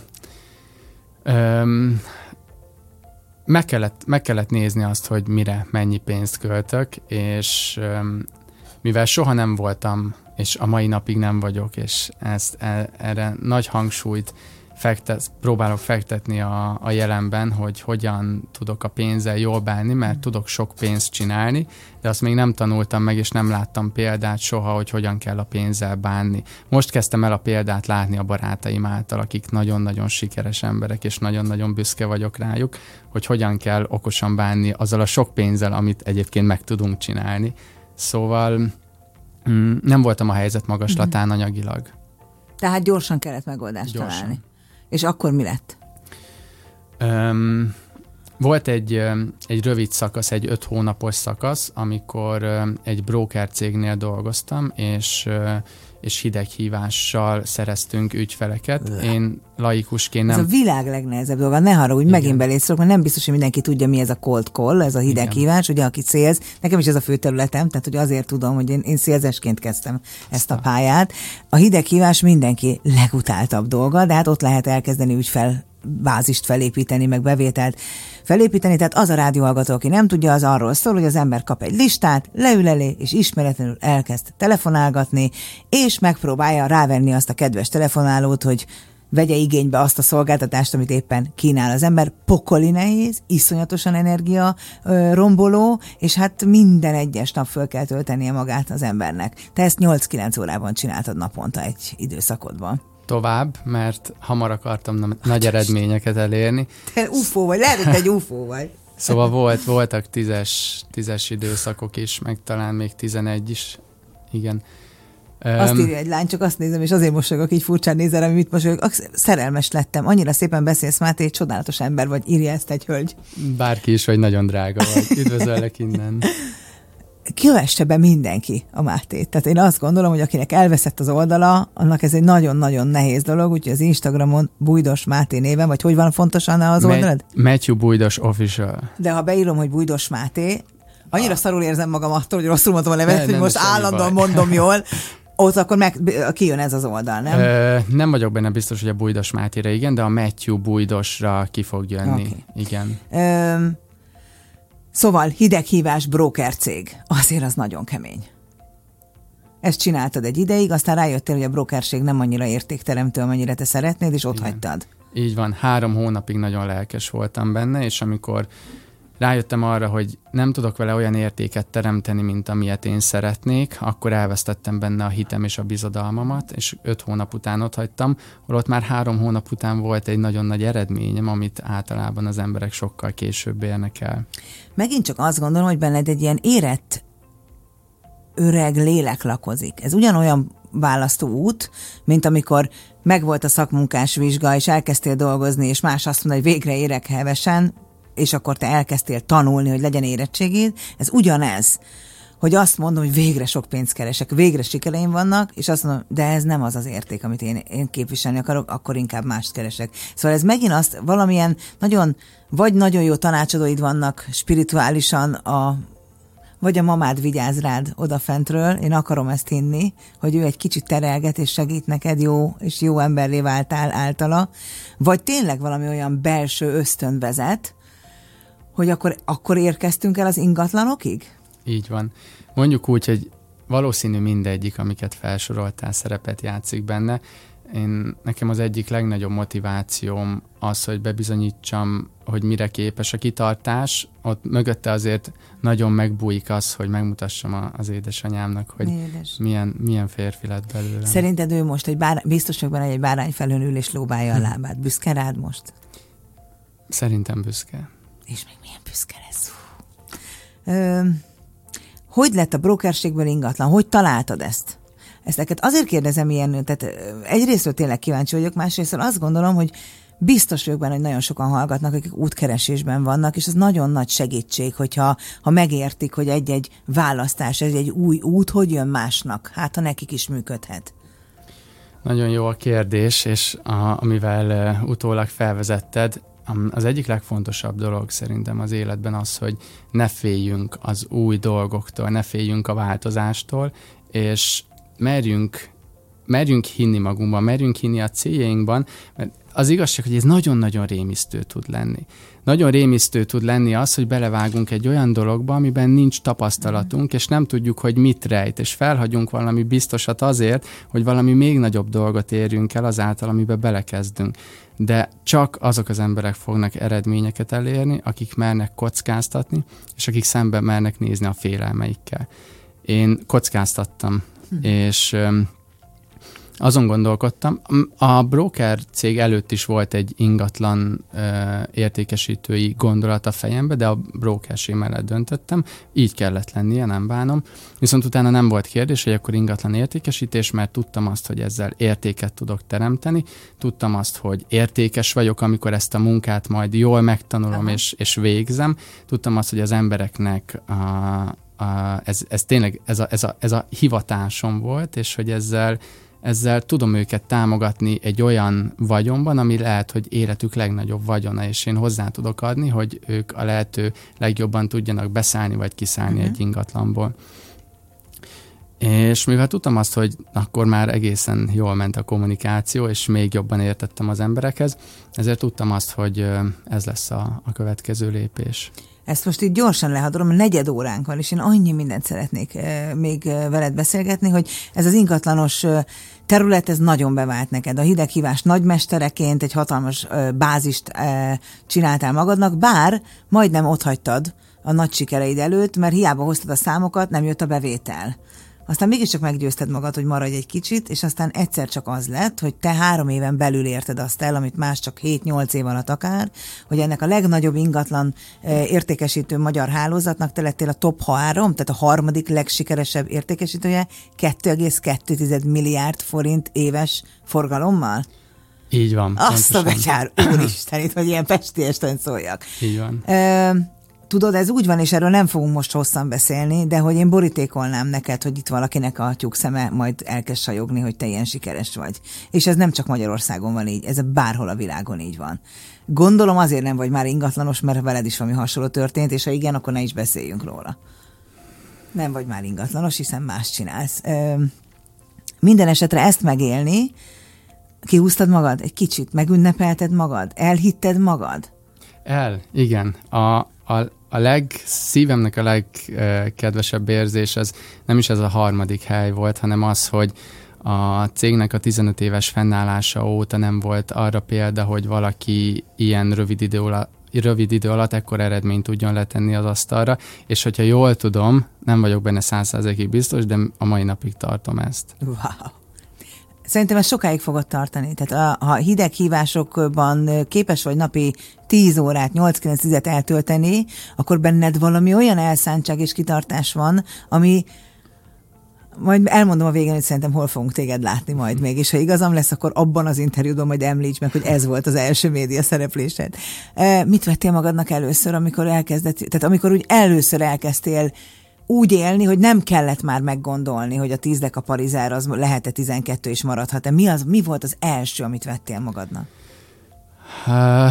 öm, meg, kellett, meg kellett nézni azt, hogy mire mennyi pénzt költök, és öm, mivel soha nem voltam, és a mai napig nem vagyok, és ezt, e, erre nagy hangsúlyt fektet, próbálok fektetni a, a jelenben, hogy hogyan tudok a pénzzel jól bánni, mert tudok sok pénzt csinálni, de azt még nem tanultam meg, és nem láttam példát soha, hogy hogyan kell a pénzzel bánni. Most kezdtem el a példát látni a barátaim által, akik nagyon-nagyon sikeres emberek, és nagyon-nagyon büszke vagyok rájuk, hogy hogyan kell okosan bánni azzal a sok pénzzel, amit egyébként meg tudunk csinálni. Szóval mm, nem voltam a helyzet magaslatán mm-hmm. anyagilag. Tehát gyorsan kellett megoldást gyorsan. találni. És akkor mi lett? Um, volt egy, egy rövid szakasz, egy öt hónapos szakasz, amikor egy broker cégnél dolgoztam, és, és hideghívással szereztünk ügyfeleket. Én laikusként nem... Ez a világ legnehezebb dolga, ne haragudj, hogy megint belétszolok, mert nem biztos, hogy mindenki tudja, mi ez a cold call, ez a hideghívás, ugye, aki szélz. Nekem is ez a fő területem, tehát hogy azért tudom, hogy én, én szélzesként kezdtem ezt a pályát. A hideghívás mindenki legutáltabb dolga, de hát ott lehet elkezdeni ügyfel bázist felépíteni, meg bevételt felépíteni, tehát az a rádióhallgató, aki nem tudja, az arról szól, hogy az ember kap egy listát, leül elé, és ismeretlenül elkezd telefonálgatni, és megpróbálja rávenni azt a kedves telefonálót, hogy vegye igénybe azt a szolgáltatást, amit éppen kínál az ember. Pokoli nehéz, iszonyatosan energia ö, romboló, és hát minden egyes nap föl kell töltenie magát az embernek. Te ezt nyolc-kilenc órában csináltad naponta egy időszakodban. Tovább, mert hamar akartam na- nagy eredményeket elérni. Te ufó vagy, lehet, hogy te egy ufó vagy. Szóval volt, voltak tízes, tízes időszakok is, meg talán még tizenegy is. Igen. Azt írja egy lány, csak azt nézem, és azért mosolygok, így furcsán nézel, amit mit mosolygok. Szerelmes lettem. Annyira szépen beszélsz, Máté, egy csodálatos ember vagy, írja ezt egy hölgy. Bárki is, vagy nagyon drága vagy. Üdvözöllek innen. Kövesse be mindenki a Mátét. Tehát én azt gondolom, hogy akinek elveszett az oldala, annak ez egy nagyon-nagyon nehéz dolog, úgyhogy az Instagramon Bújdos Máté néven, vagy hogy van fontosan az Ma- oldalad? Matthew Bújdos Official. De ha beírom, hogy Bújdos Máté, annyira ah. szarul érzem magam attól, hogy rosszul mondtam a nevet, ne, hogy nem, most állandóan baj. Mondom jól, ott akkor meg, kijön ez az oldal, nem? Ö, nem vagyok benne biztos, hogy a Bújdos Mátéra igen, de a Matthew Bújdosra ki fog jönni. Okay. Igen. Ö, Szóval hideghívás broker cég. Azért az nagyon kemény. Ezt csináltad egy ideig, aztán rájöttél, hogy a brokerség nem annyira értékteremtő, amennyire te szeretnéd, és ott igen. hagytad. Így van. Három hónapig nagyon lelkes voltam benne, és amikor rájöttem arra, hogy nem tudok vele olyan értéket teremteni, mint amilyet én szeretnék, akkor elvesztettem benne a hitem és a bizodalmamat, és öt hónap után ott hagytam, holott már három hónap után volt egy nagyon nagy eredményem, amit általában az emberek sokkal később érnek el. Megint csak azt gondolom, hogy benned egy ilyen érett öreg lélek lakozik. Ez ugyanolyan választó út, mint amikor megvolt a szakmunkás vizsga, és elkezdtél dolgozni, és más azt mondja, hogy végre érek hevesen, és akkor te elkezdtél tanulni, hogy legyen érettségid. Ez ugyanez, hogy azt mondom, hogy végre sok pénzt keresek, végre sikereim vannak, és azt mondom, de ez nem az az érték, amit én, én képviselni akarok, akkor inkább mást keresek. Szóval ez megint azt, valamilyen nagyon, vagy nagyon jó tanácsadóid vannak spirituálisan, a, vagy a mamád vigyáz rád odafentről, én akarom ezt hinni, hogy ő egy kicsit terelget és segít neked, jó, és jó emberré váltál általa, vagy tényleg valami olyan belső ösztön vezet, hogy akkor, akkor érkeztünk el az ingatlanokig? Így van. Mondjuk úgy, hogy valószínű mindegyik, amiket felsoroltál, szerepet játszik benne. Én, nekem az egyik legnagyobb motivációm az, hogy bebizonyítsam, hogy mire képes a kitartás. Ott mögötte azért nagyon megbújik az, hogy megmutassam az édesanyámnak, hogy Édes. milyen, milyen férfi lett belőlem. Szerinted ő most egy bár, biztos vagyok benne, hogy egy bárány felön ül és lóbálja a lábát. Büszke rád most? Szerintem büszke. És még milyen büszke lesz. Ö, hogy lett a brokerségből ingatlan? Hogy találtad ezt? Ezt neked azért kérdezem ilyen, tehát egyrésztről tényleg kíváncsi vagyok, másrésztről azt gondolom, hogy biztos vagyok benne, hogy nagyon sokan hallgatnak, akik útkeresésben vannak, és ez nagyon nagy segítség, hogyha ha megértik, hogy egy-egy választás, egy-egy új út, hogy jön másnak. Hát, ha nekik is működhet. Nagyon jó a kérdés, és a, amivel uh, utólag felvezetted, az egyik legfontosabb dolog szerintem az életben az, hogy ne féljünk az új dolgoktól, ne féljünk a változástól, és merjünk, merjünk hinni magunkban, merjünk hinni a céljainkban, mert az igazság, hogy ez nagyon-nagyon rémisztő tud lenni. Nagyon rémisztő tud lenni az, hogy belevágunk egy olyan dologba, amiben nincs tapasztalatunk, és nem tudjuk, hogy mit rejt, és felhagyunk valami biztosat azért, hogy valami még nagyobb dolgot érjünk el azáltal, amiben belekezdünk. De csak azok az emberek fognak eredményeket elérni, akik mernek kockáztatni, és akik szemben mernek nézni a félelmeikkel. Én kockáztattam, hm. és azon gondolkodtam, a broker cég előtt is volt egy ingatlan uh, értékesítői gondolat a fejembe, de a brokerség mellett döntöttem, így kellett lennie, nem bánom. Viszont utána nem volt kérdés, hogy akkor ingatlan értékesítés, mert tudtam azt, hogy ezzel értéket tudok teremteni, tudtam azt, hogy értékes vagyok, amikor ezt a munkát majd jól megtanulom és, és végzem, tudtam azt, hogy az embereknek a, a, ez, ez tényleg ez a, ez, a, ez a hivatásom volt, és hogy ezzel Ezzel tudom őket támogatni egy olyan vagyonban, ami lehet, hogy életük legnagyobb vagyona, és én hozzá tudok adni, hogy ők a lehető legjobban tudjanak beszállni vagy kiszállni uh-huh. egy ingatlanból. És mivel tudtam azt, hogy akkor már egészen jól ment a kommunikáció, és még jobban értettem az emberekhez, ezért tudtam azt, hogy ez lesz a, a következő lépés. Ezt most így gyorsan lehadolom, negyed óránk van, és én annyi mindent szeretnék e, még veled beszélgetni, hogy ez az ingatlanos terület, ez nagyon bevált neked. A hideghívás nagymestereként egy hatalmas e, bázist e, csináltál magadnak, bár majdnem otthagytad a nagy sikereid előtt, mert hiába hoztad a számokat, nem jött a bevétel. Aztán mégiscsak meggyőzted magad, hogy maradj egy kicsit, és aztán egyszer csak az lett, hogy te három éven belül érted azt el, amit más csak hét-nyolc év alatt akár, hogy ennek a legnagyobb ingatlan e, értékesítő magyar hálózatnak te lettél a top három, tehát a harmadik legsikeresebb értékesítője, két egész kettő milliárd forint éves forgalommal. Így van. Azt a betyár, úristen, itt, hogy ilyen pestiesten szóljak. Így van. E, Tudod, ez úgy van, és erről nem fogunk most hosszan beszélni, de hogy én borítékolnám neked, hogy itt valakinek a tyúkszeme majd elkezd sajogni, hogy te ilyen sikeres vagy. És ez nem csak Magyarországon van így, ez bárhol a világon így van. Gondolom azért nem vagy már ingatlanos, mert veled is valami hasonló történt, és ha igen, akkor ne is beszéljünk róla. Nem vagy már ingatlanos, hiszen más csinálsz. Ö, minden esetre ezt megélni, kihúztad magad egy kicsit, megünnepelted magad, elhitted magad? El, igen. A, a A leg, szívemnek a legkedvesebb érzés az nem is ez a harmadik hely volt, hanem az, hogy a cégnek a tizenöt éves fennállása óta nem volt arra példa, hogy valaki ilyen rövid idő alatt, rövid idő alatt ekkor eredményt tudjon letenni az asztalra, és hogyha jól tudom, nem vagyok benne száz százalékig biztos, de a mai napig tartom ezt. Wow. Szerintem ez sokáig fogod tartani. Tehát a, ha hideghívásokban képes vagy napi tíz órát, nyolc-kilenc-tízet eltölteni, akkor benned valami olyan elszántság és kitartás van, ami, majd elmondom a végén, hogy szerintem hol fogunk téged látni majd még, és ha igazam lesz, akkor abban az interjúban majd említs meg, hogy ez volt az első média szereplésed. Mit vettél magadnak először, amikor elkezdett, tehát amikor úgy először elkezdtél úgy élni, hogy nem kellett már meggondolni, hogy a tíz deka Parizár az lehet-e tizenkettő és maradhat-e. Mi, az, mi volt az első, amit vettél magadnak? Uh,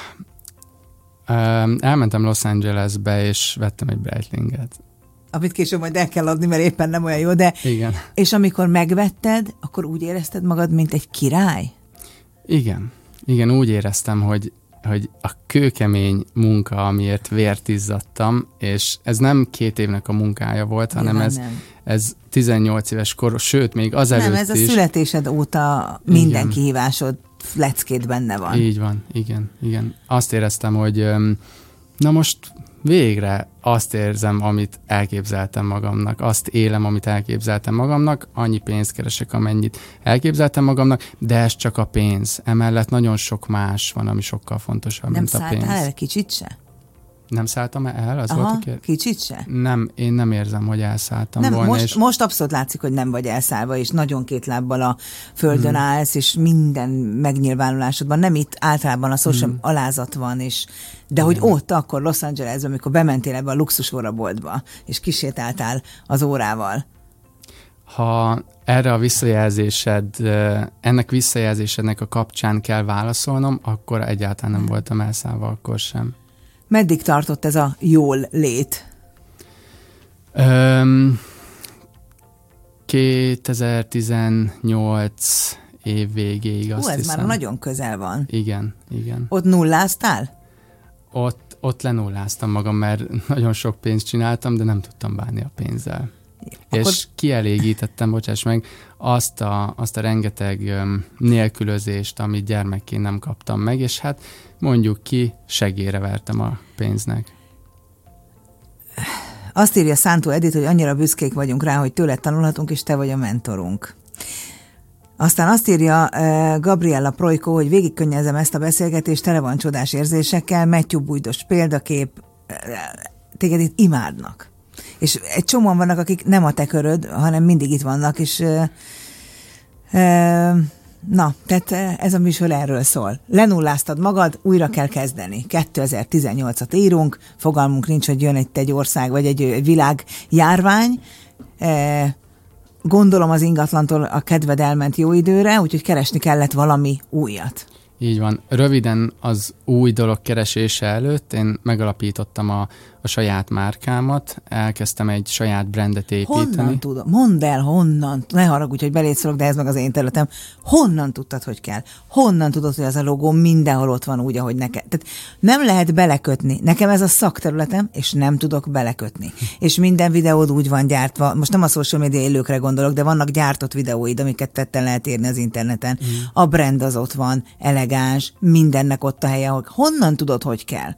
uh, elmentem Los Angelesbe, és vettem egy Breitlinget. Amit később majd el kell adni, mert éppen nem olyan jó, de... Igen. És amikor megvetted, akkor úgy érezted magad, mint egy király? Igen. Igen, úgy éreztem, hogy hogy a kőkemény munka, amiért vért izzadtam, és ez nem két évnek a munkája volt, hanem Nyilván ez, nem. ez tizennyolc éves kor, sőt, még azelőtt is. Nem, ez a születésed óta minden igen. kihívásod leckét benne van. Így van, igen, igen. Azt éreztem, hogy na most végre azt érzem, amit elképzeltem magamnak, azt élem, amit elképzeltem magamnak, annyi pénzt keresek, amennyit elképzeltem magamnak, de ez csak a pénz. Emellett nagyon sok más van, ami sokkal fontosabb, nem mint a pénz. Nem szálltál el kicsit se? Nem szálltam el? Az Aha, volt a kér... kicsit se? Nem, én nem érzem, hogy elszálltam nem, volna. Most, és... most abszolút látszik, hogy nem vagy elszállva, és nagyon két lábbal a földön hmm. állsz, és minden megnyilvánulásodban, nem itt általában a szó sem hmm. alázat van, és de hogy hmm. ott akkor Los Angelesben, amikor bementél ebbe a luxus óraboltba, és kisétáltál az órával. Ha erre a visszajelzésed, ennek visszajelzésednek a kapcsán kell válaszolnom, akkor egyáltalán nem hmm. voltam elszállva, akkor sem. Meddig tartott ez a jól lét? Um, kétezer-tizennyolc év végéig, azt Hú, ez hiszem. már nagyon közel van. Igen, igen. Ott nulláztál? Ott, ott lenulláztam magam, mert nagyon sok pénzt csináltam, de nem tudtam bánni a pénzzel. Akkor... És kielégítettem, bocsáss meg, azt a, azt a rengeteg um, nélkülözést, amit gyermekként nem kaptam meg, és hát mondjuk ki, segélyre vertem a pénznek. Azt írja Szántó Edith, hogy annyira büszkék vagyunk rá, hogy tőled tanulhatunk, és te vagy a mentorunk. Aztán azt írja uh, Gabriella Projko, hogy végigkönnyezem ezt a beszélgetést, tele van csodás érzésekkel, Matthew Bújdos példakép, uh, téged itt imádnak. És egy csomóan vannak, akik nem a te köröd, hanem mindig itt vannak, és uh, uh, na, tehát ez a műsor erről szól. Lenulláztad magad, újra kell kezdeni. kétezer-tizennyolcat írunk, fogalmunk nincs, hogy jön egy, egy ország, vagy egy, egy világjárvány. Uh, gondolom az ingatlantól a kedved elment jó időre, úgyhogy keresni kellett valami újat. Így van. Röviden az új dolog keresése előtt én megalapítottam a, a saját márkámat, elkezdtem egy saját brandet építeni. Honnan tudod? Mondd el, honnan? Ne haragudj, hogy beléd szólok, de ez meg az én területem. Honnan tudtad, hogy kell? Honnan tudod, hogy az a logó mindenhol ott van úgy, ahogy neked? Tehát nem lehet belekötni. Nekem ez a szakterületem, és nem tudok belekötni. És minden videód úgy van gyártva. Most nem a social media élőkre gondolok, de vannak gyártott videóid, amiket tetten lehet érni az interneten. Mm. A brand az ott van, elegáns, mindennek ott a helye, hogy honnan tudod, hogy kell?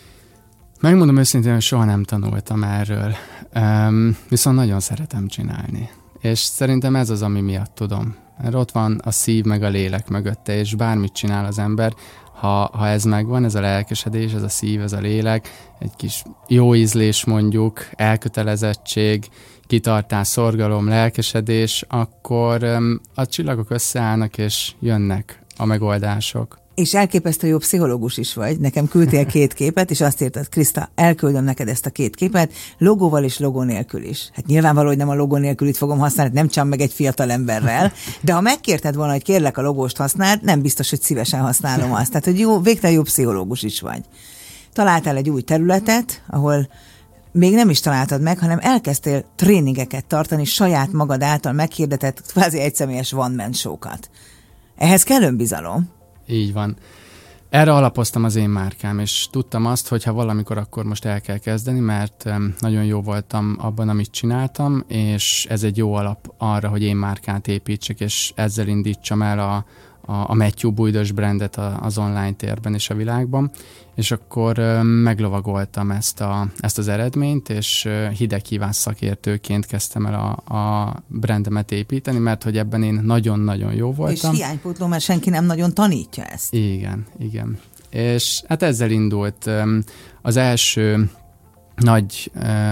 Megmondom őszintén, hogy soha nem tanultam erről, um, viszont nagyon szeretem csinálni. És szerintem ez az, ami miatt tudom. Mert ott van a szív meg a lélek mögötte, és bármit csinál az ember, ha, ha ez megvan, ez a lelkesedés, ez a szív, ez a lélek, egy kis jó ízlés mondjuk, elkötelezettség, kitartás, szorgalom, lelkesedés, akkor um, a csillagok összeállnak, és jönnek a megoldások. És elképesztő jó pszichológus is vagy. Nekem küldtél két képet, és azt írtad, Kriszta, elküldöm neked ezt a két képet, logóval és logó nélkül is. Hát nyilvánvaló, hogy nem a logó nélkülit fogom használni, nem csam meg egy fiatal emberrel, de ha megkérted volna, hogy kérlek a logóst használd, nem biztos, hogy szívesen használom azt. Tehát, hogy jó, végtelen jó pszichológus is vagy. Találtál egy új területet, ahol még nem is találtad meg, hanem elkezdtél tréningeket tartani, saját magad által meghirdetett kvázi egyszemélyes one-man show-kat. Ehhez kell önbizalom. Így van. Erre alapoztam az én márkám, és tudtam azt, hogy ha valamikor, akkor most el kell kezdeni, mert nagyon jó voltam abban, amit csináltam, és ez egy jó alap arra, hogy én márkát építsek, és ezzel indítsam el a, a, a Matthew Bújdos brandet az online térben és a világban, és akkor meglovagoltam ezt, a, ezt az eredményt, és hideghívás szakértőként kezdtem el a, a brandemet építeni, mert hogy ebben én nagyon-nagyon jó voltam. És hiánypótló, mert senki nem nagyon tanítja ezt. Igen, igen. És hát ezzel indult az első nagy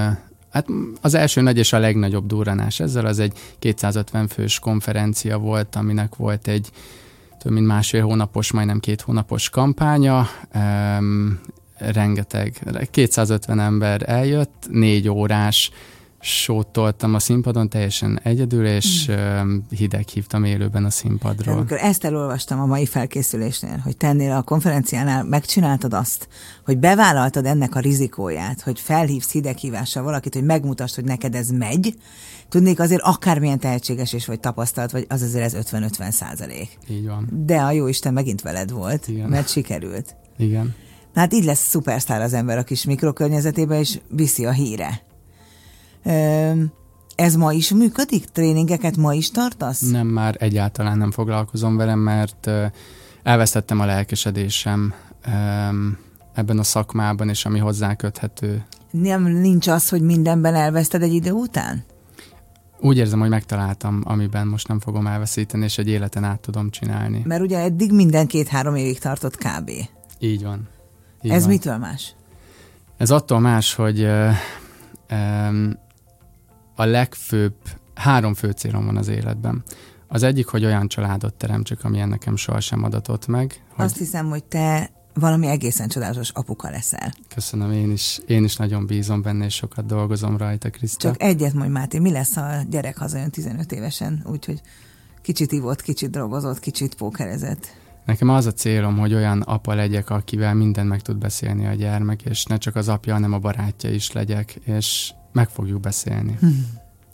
Hát az első nagy és a legnagyobb durranás ezzel, az egy kétszázötven fős konferencia volt, aminek volt egy több mint másfél hónapos, majdnem két hónapos kampánya. Um, rengeteg, kétszázötven ember eljött, négy órás sót toltam a színpadon teljesen egyedül, és mm. hideg hívtam élőben a színpadról. Amikor ezt elolvastam a mai felkészülésnél, hogy tennél a konferenciánál, megcsináltad azt, hogy bevállaltad ennek a rizikóját, hogy felhívsz hideghívással valakit, hogy megmutasd, hogy neked ez megy. Tudnék, azért akármilyen tehetséges és vagy tapasztalt, vagy az azért ez ötven-ötven százalék. Így van. De a jóisten megint veled volt, igen. Mert sikerült. Igen. Hát így lesz szupersztár az ember a kis mikrokörnyezetében, és viszi a híre. Ez ma is működik? Tréningeket ma is tartasz? Nem, már egyáltalán nem foglalkozom velem, mert elvesztettem a lelkesedésem ebben a szakmában, és ami hozzá köthető. Nem, nincs az, hogy mindenben elveszted egy idő után? Úgy érzem, hogy megtaláltam, amiben most nem fogom elveszíteni, és egy életen át tudom csinálni. Mert ugye eddig minden két-három évig tartott kb. Így van. Így Ez van. mitől más? Ez attól más, hogy uh, um, a legfőbb, három fő célom van az életben. Az egyik, hogy olyan családot teremtsek, amilyen nekem sohasem adatott meg. Hogy... Azt hiszem, hogy te valami egészen csodálatos apuka leszel. Köszönöm, én is, én is nagyon bízom benne, és sokat dolgozom rajta, Kriszta. Csak egyet mondj, Máté, mi lesz, ha a gyerek hazajön tizenöt évesen, úgyhogy kicsit ivott, kicsit dolgozott, kicsit pókerezett? Nekem az a célom, hogy olyan apa legyek, akivel mindent meg tud beszélni a gyermek, és ne csak az apja, hanem a barátja is legyek, és meg fogjuk beszélni. Hmm.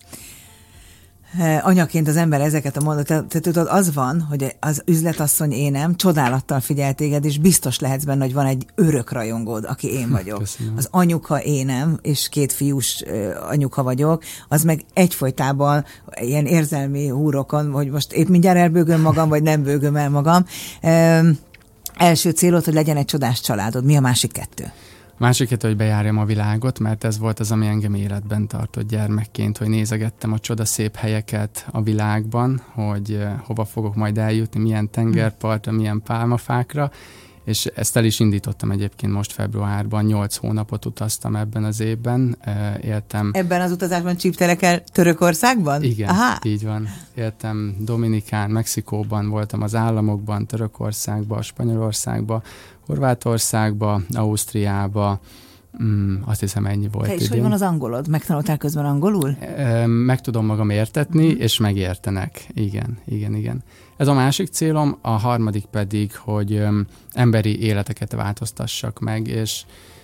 Anyaként az ember ezeket a mondatot, te tudod, az van, hogy az üzletasszony énem csodálattal figyel téged, és biztos lehetsz benne, hogy van egy örök rajongód, aki én vagyok. Köszönöm. Az anyuka énem, és két fiús anyuka vagyok, az meg egyfolytában ilyen érzelmi húrokon, hogy most épp mindjárt elbőgöm magam, vagy nem bőgöm el magam. Üm, első célod, hogy legyen egy csodás családod. Mi a másik kettő? Másiket, hogy bejárjam a világot, mert ez volt az, ami engem életben tartott gyermekként, hogy nézegettem a csodaszép helyeket a világban, hogy uh, hova fogok majd eljutni, milyen tengerpartra, milyen pálmafákra, és ezt el is indítottam egyébként most februárban, nyolc hónapot utaztam ebben az évben, uh, éltem... Ebben az utazásban csíptelek el Törökországban? Igen, Aha. Így van. Éltem Dominikán, Mexikóban, voltam az államokban, Törökországban, Spanyolországban, Horvátországba, Ausztriába, mm, azt hiszem ennyi volt. Te és idén. hogy van az angolod? Megtanultál közben angolul? Meg tudom magam értetni, mm. és megértenek. Igen, igen, igen. Ez a másik célom, a harmadik pedig, hogy um, emberi életeket változtassak meg, és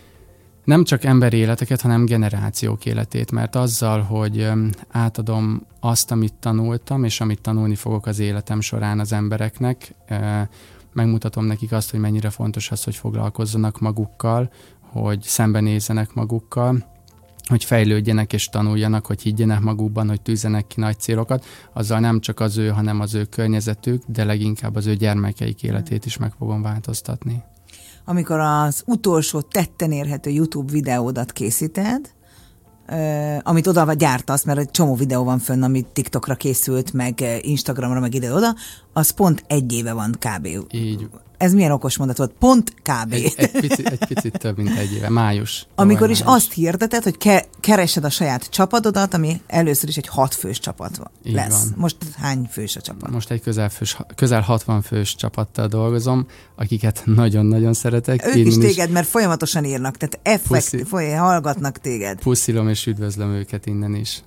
nem csak emberi életeket, hanem generációk életét, mert azzal, hogy um, átadom azt, amit tanultam, és amit tanulni fogok az életem során az embereknek, uh, megmutatom nekik azt, hogy mennyire fontos az, hogy foglalkozzanak magukkal, hogy szembenézzenek magukkal, hogy fejlődjenek és tanuljanak, hogy higgyenek magukban, hogy tűzzenek ki nagy célokat, azzal nem csak az ő, hanem az ő környezetük, de leginkább az ő gyermekeik életét is meg fogom változtatni. Amikor az utolsó tetten érhető YouTube videódat készíted, Uh, amit oda gyártasz, mert egy csomó videó van fönn, ami TikTokra készült, meg Instagramra, meg ide-oda, az pont egy éve van kb. Így. Ez milyen okos mondat volt? Pont kb. Egy, egy, picit, egy picit több, mint egy éve. Május. Amikor is május. azt hirdeted, hogy ke- keresed a saját csapatodat, ami először is egy hat fős csapat Így lesz. van. Most hány fős a csapat? Most egy közel, fős, közel hatvan fős csapattal dolgozom, akiket nagyon-nagyon szeretek. Ők Én is is téged, mert folyamatosan írnak, tehát effekt, foly- hallgatnak téged. Puszilom és üdvözlöm őket innen is.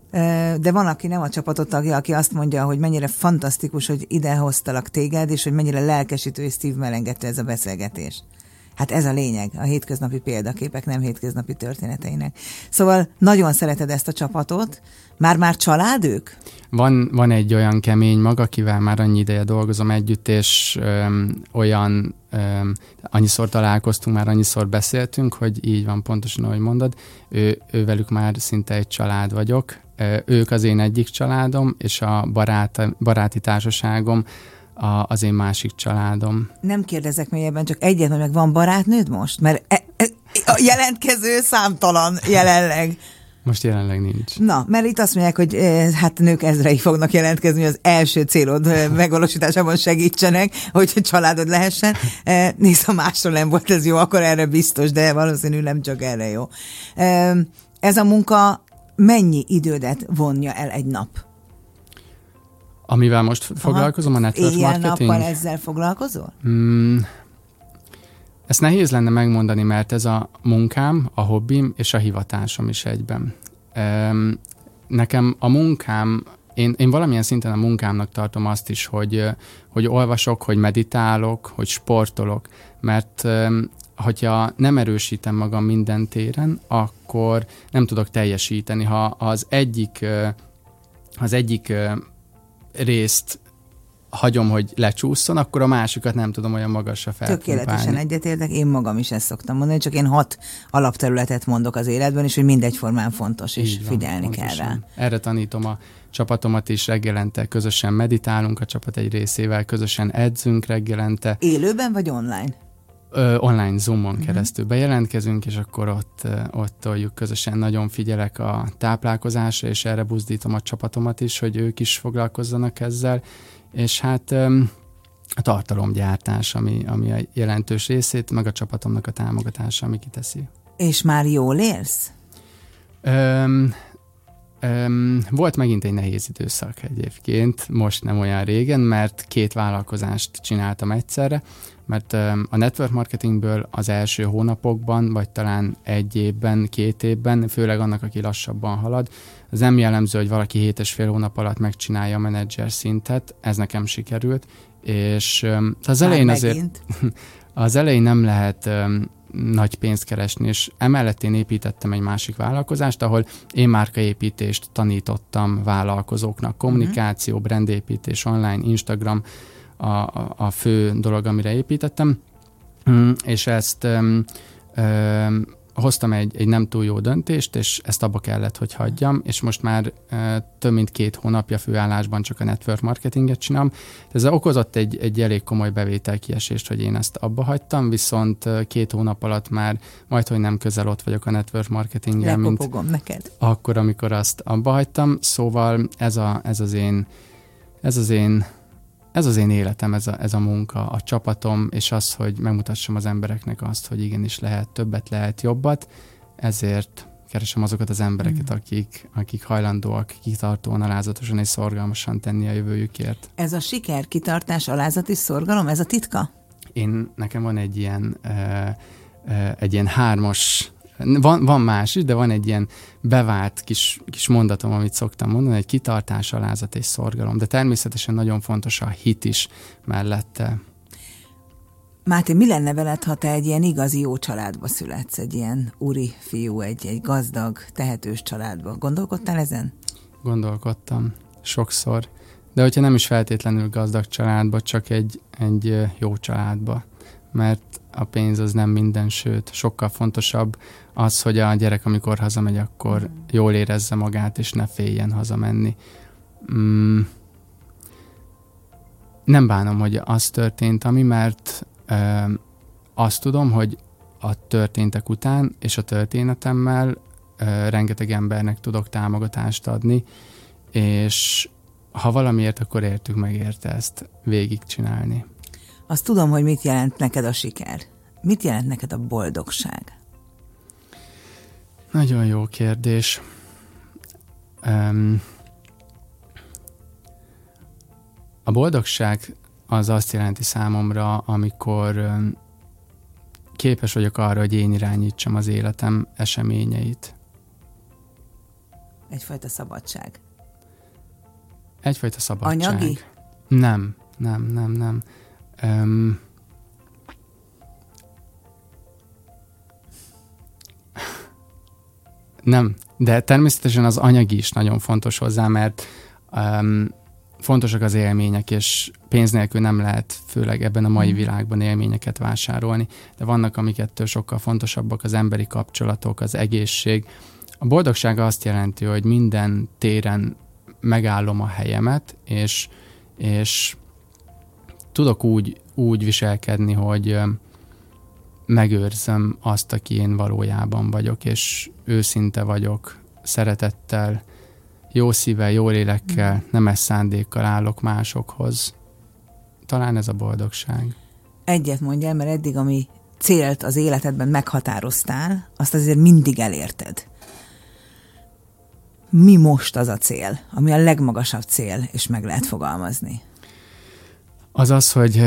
De van, aki nem a csapatot tagja, aki azt mondja, hogy mennyire fantasztikus, hogy ide hoztalak téged, és hogy mennyire lelkesítő és szívmelengető ez a beszélgetés. Hát ez a lényeg, a hétköznapi példaképek nem hétköznapi történeteinek. Szóval nagyon szereted ezt a csapatot, már-már család ők? Van, van egy olyan kemény mag, akivel már annyi ideje dolgozom együtt, és öm, olyan, öm, annyiszor találkoztunk, már annyiszor beszéltünk, hogy így van, pontosan ahogy mondod, ő, ő velük már szinte egy család vagyok. Ők az én egyik családom, és a barát, baráti társaságom a, az én másik családom. Nem kérdezek mélyebben, csak egyet, hogy meg van barátnőd most? Mert e, e, a jelentkező számtalan jelenleg. Most jelenleg nincs. Na, mert itt azt mondják, hogy eh, hát nők ezrei fognak jelentkezni, hogy az első célod eh, megvalósításában segítsenek, hogy családod lehessen. Eh, nézd, ha másról nem volt ez jó, akkor erre biztos, de valószínűleg nem csak erre jó. Eh, Ez a munka mennyi idődet vonja el egy nap? Amivel most foglalkozom, a network éjjel marketing? Nappal ezzel foglalkozol? Mm, ezt nehéz lenne megmondani, mert ez a munkám, a hobbim és a hivatásom is egyben. Um, nekem a munkám, én, én valamilyen szinten a munkámnak tartom azt is, hogy, hogy olvasok, hogy meditálok, hogy sportolok, mert um, hogyha nem erősítem magam minden téren, akkor nem tudok teljesíteni. Ha az egyik, az egyik részt hagyom, hogy lecsúszson, akkor a másikat nem tudom olyan magasra felpumpálni. Tökéletesen egyetértek, én magam is ezt szoktam mondani, csak én hat alapterületet mondok az életben, és hogy mindegyformán fontos, és Így van, figyelni pontosan. kell rá. Erre tanítom a csapatomat is, reggelente közösen meditálunk, a csapat egy részével közösen edzünk reggelente. Élőben vagy online? Ö, online Zoomon uh-huh. keresztül bejelentkezünk, és akkor ott, ott toljuk közösen. Nagyon figyelek a táplálkozásra, és erre buzdítom a csapatomat is, hogy ők is foglalkozzanak ezzel. És hát a tartalomgyártás, ami, ami a jelentős részét, meg a csapatomnak a támogatása, ami kiteszi. És már jól élsz? Öm, öm, volt megint egy nehéz időszak egyébként, most nem olyan régen, mert két vállalkozást csináltam egyszerre, mert öm, a network marketingből az első hónapokban, vagy talán egy évben, két évben, főleg annak, aki lassabban halad, az nem jellemző, hogy valaki hét és fél hónap alatt megcsinálja a menedzser szintet, ez nekem sikerült, és öm, az elején azért, az elején nem lehet öm, nagy pénzt keresni, és emellett én építettem egy másik vállalkozást, ahol én márkaépítést tanítottam vállalkozóknak, kommunikáció, brandépítés, online, Instagram, a, a, a fő dolog, amire építettem, és ezt öm, öm, hoztam egy, egy nem túl jó döntést, és ezt abba kellett, hogy hagyjam, és most már e, több mint két hónapja főállásban csak a network marketinget csinálom. Ez okozott egy, egy elég komoly bevételkiesést, hogy én ezt abba hagytam, viszont két hónap alatt már majdhogy nem közel ott vagyok a network marketinggel, mint neked. akkor, amikor azt abba hagytam. Szóval ez, a, ez az én ez az én Ez az én életem, ez a, ez a munka, a csapatom, és az, hogy megmutassam az embereknek azt, hogy igenis lehet többet, lehet jobbat, ezért keresem azokat az embereket, mm. akik, akik hajlandóak kitartóan, alázatosan és szorgalmasan tenni a jövőjükért. Ez a siker, kitartás, alázat és szorgalom, ez a titka? Én, nekem van egy ilyen, uh, uh, egy ilyen hármas, Van, van más is, de van egy ilyen bevált kis, kis mondatom, amit szoktam mondani, egy kitartás, alázat és szorgalom. De természetesen nagyon fontos a hit is mellette. Máté, mi lenne veled, ha te egy ilyen igazi jó családba születsz, egy ilyen úri fiú, egy, egy gazdag, tehetős családba? Gondolkodtál ezen? Gondolkodtam. Sokszor. De hogyha nem is feltétlenül gazdag családba, csak egy, egy jó családba. Mert a pénz az nem minden, sőt, sokkal fontosabb az, hogy a gyerek, amikor hazamegy, akkor jól érezze magát, és ne féljen hazamenni. Mm. Nem bánom, hogy az történt, ami, mert ö, azt tudom, hogy a történtek után és a történetemmel ö, rengeteg embernek tudok támogatást adni, és ha valamiért, akkor értük meg érte ezt végigcsinálni. Azt tudom, hogy mit jelent neked a siker. Mit jelent neked a boldogság? Nagyon jó kérdés. Um, a boldogság az azt jelenti számomra, amikor um, képes vagyok arra, hogy én irányítsam az életem eseményeit. Egyfajta szabadság. Egyfajta szabadság. Anyagi? Nem, nem, nem, nem. Um, nem, de természetesen az anyagi is nagyon fontos hozzá, mert um, fontosak az élmények, és pénz nélkül nem lehet, főleg ebben a mai világban élményeket vásárolni, de vannak, amik ettől sokkal fontosabbak, az emberi kapcsolatok, az egészség. A boldogság azt jelenti, hogy minden téren megállom a helyemet, és, és tudok úgy, úgy viselkedni, hogy megőrzöm azt, aki én valójában vagyok, és őszinte vagyok, szeretettel, jó szívvel, jó lélekkel, nemes szándékkal állok másokhoz. Talán ez a boldogság. Egyet mondjál, mert eddig, ami célt az életedben meghatároztál, azt azért mindig elérted. Mi most az a cél, ami a legmagasabb cél, és meg lehet fogalmazni? Az az, hogy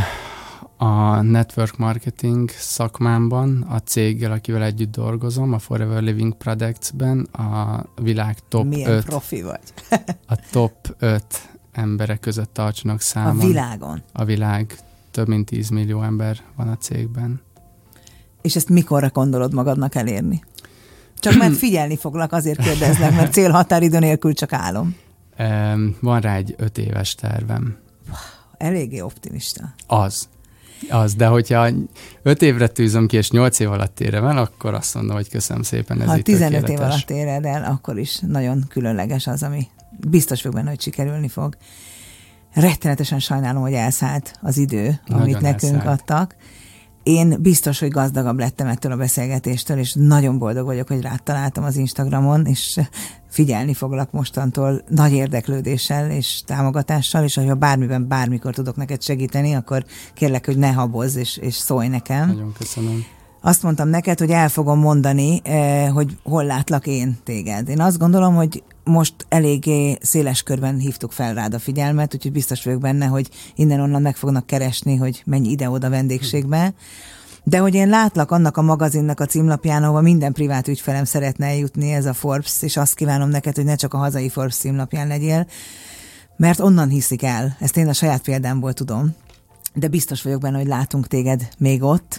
a network marketing szakmámban, a céggel, akivel együtt dolgozom, a Forever Living Products-ben a világ top Milyen öt, profi vagy. a top öt emberek között tartsanak számon. A világon? A világ több mint tíz millió ember van a cégben. És ezt mikorra gondolod magadnak elérni? Csak mert figyelni foglak, azért kérdezlek, mert célhatáridő nélkül csak álom. Van rá egy öt éves tervem. Eléggé optimista. Az. Az, de hogyha öt évre tűzöm ki, és nyolc év alatt érem el, akkor azt mondom, hogy köszönöm szépen, ez ha itt tizenöt tökéletes. év alatt éred el, akkor is nagyon különleges az, ami biztos vagyok benne, hogy sikerülni fog. Rettenetesen sajnálom, hogy elszállt az idő, Nagyon amit nekünk elszállt. adtak. Én biztos, hogy gazdagabb lettem ettől a beszélgetéstől, és nagyon boldog vagyok, hogy rád találtam az Instagramon, és figyelni foglak mostantól nagy érdeklődéssel és támogatással, és ha bármiben, bármikor tudok neked segíteni, akkor kérlek, hogy ne habozz, és, és szólj nekem. Nagyon köszönöm. Azt mondtam neked, hogy el fogom mondani, hogy hol látlak én téged. Én azt gondolom, hogy most eléggé széles körben hívtuk fel rád a figyelmet, úgyhogy biztos vagyok benne, hogy innen-onnan meg fognak keresni, hogy menj ide-oda vendégségbe. De hogy én látlak annak a magazinnak a címlapján, ahova minden privát ügyfelem szeretne eljutni, ez a Forbes, és azt kívánom neked, hogy ne csak a hazai Forbes címlapján legyél, mert onnan hiszik el. Ezt én a saját példámból tudom. De biztos vagyok benne, hogy látunk téged még ott.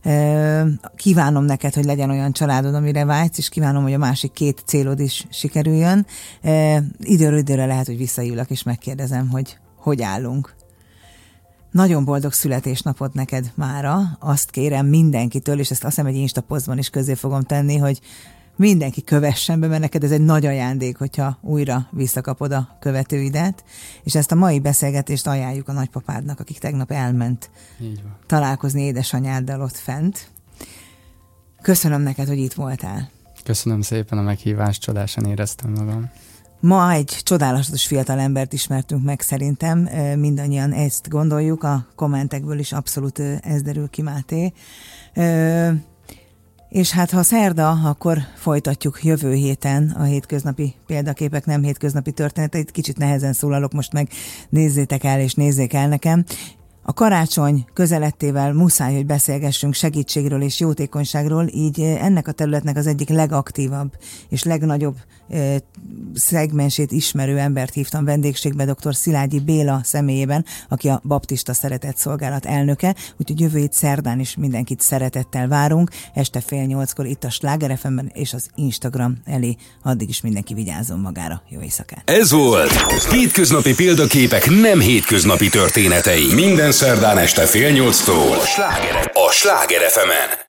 Kívánom neked, hogy legyen olyan családod, amire vágysz, és kívánom, hogy a másik két célod is sikerüljön. Időről időre lehet, hogy visszahívlak, és megkérdezem, hogy hogy állunk. Nagyon boldog születésnapot neked mára. Azt kérem mindenkitől, és ezt azt hiszem egy Insta posztban is közé fogom tenni, hogy mindenki kövessen be, mert neked ez egy nagy ajándék, hogyha újra visszakapod a követőidet. És ezt a mai beszélgetést ajánljuk a nagypapádnak, akik tegnap elment Így van. találkozni édesanyáddal ott fent. Köszönöm neked, hogy itt voltál. Köszönöm szépen a meghívást, csodásan éreztem magam. Ma egy csodálatos fiatal embert ismertünk meg szerintem, mindannyian ezt gondoljuk, a kommentekből is abszolút ez derül ki, Máté. És hát ha szerda, akkor folytatjuk jövő héten a hétköznapi példaképek, nem hétköznapi történeteit. Kicsit nehezen szólalok most meg, nézzétek el és nézzék el nekem. A karácsony közelettével muszáj, hogy beszélgessünk segítségről és jótékonyságról, így ennek a területnek az egyik legaktívabb és legnagyobb eh, szegmensét ismerő embert hívtam vendégségbe, dr. Szilágyi Béla személyében, aki a Baptista Szeretett Szolgálat elnöke, úgyhogy jövő hét szerdán is mindenkit szeretettel várunk, este fél nyolckor itt a Sláger ef em-ben és az Instagram elé. Addig is mindenki vigyázzon magára. Jó éjszakát! Ez volt Hétköznapi példaképek nem hétköznapi történetei. Minden szerdán este fél nyolctól a Sláger ef em-en.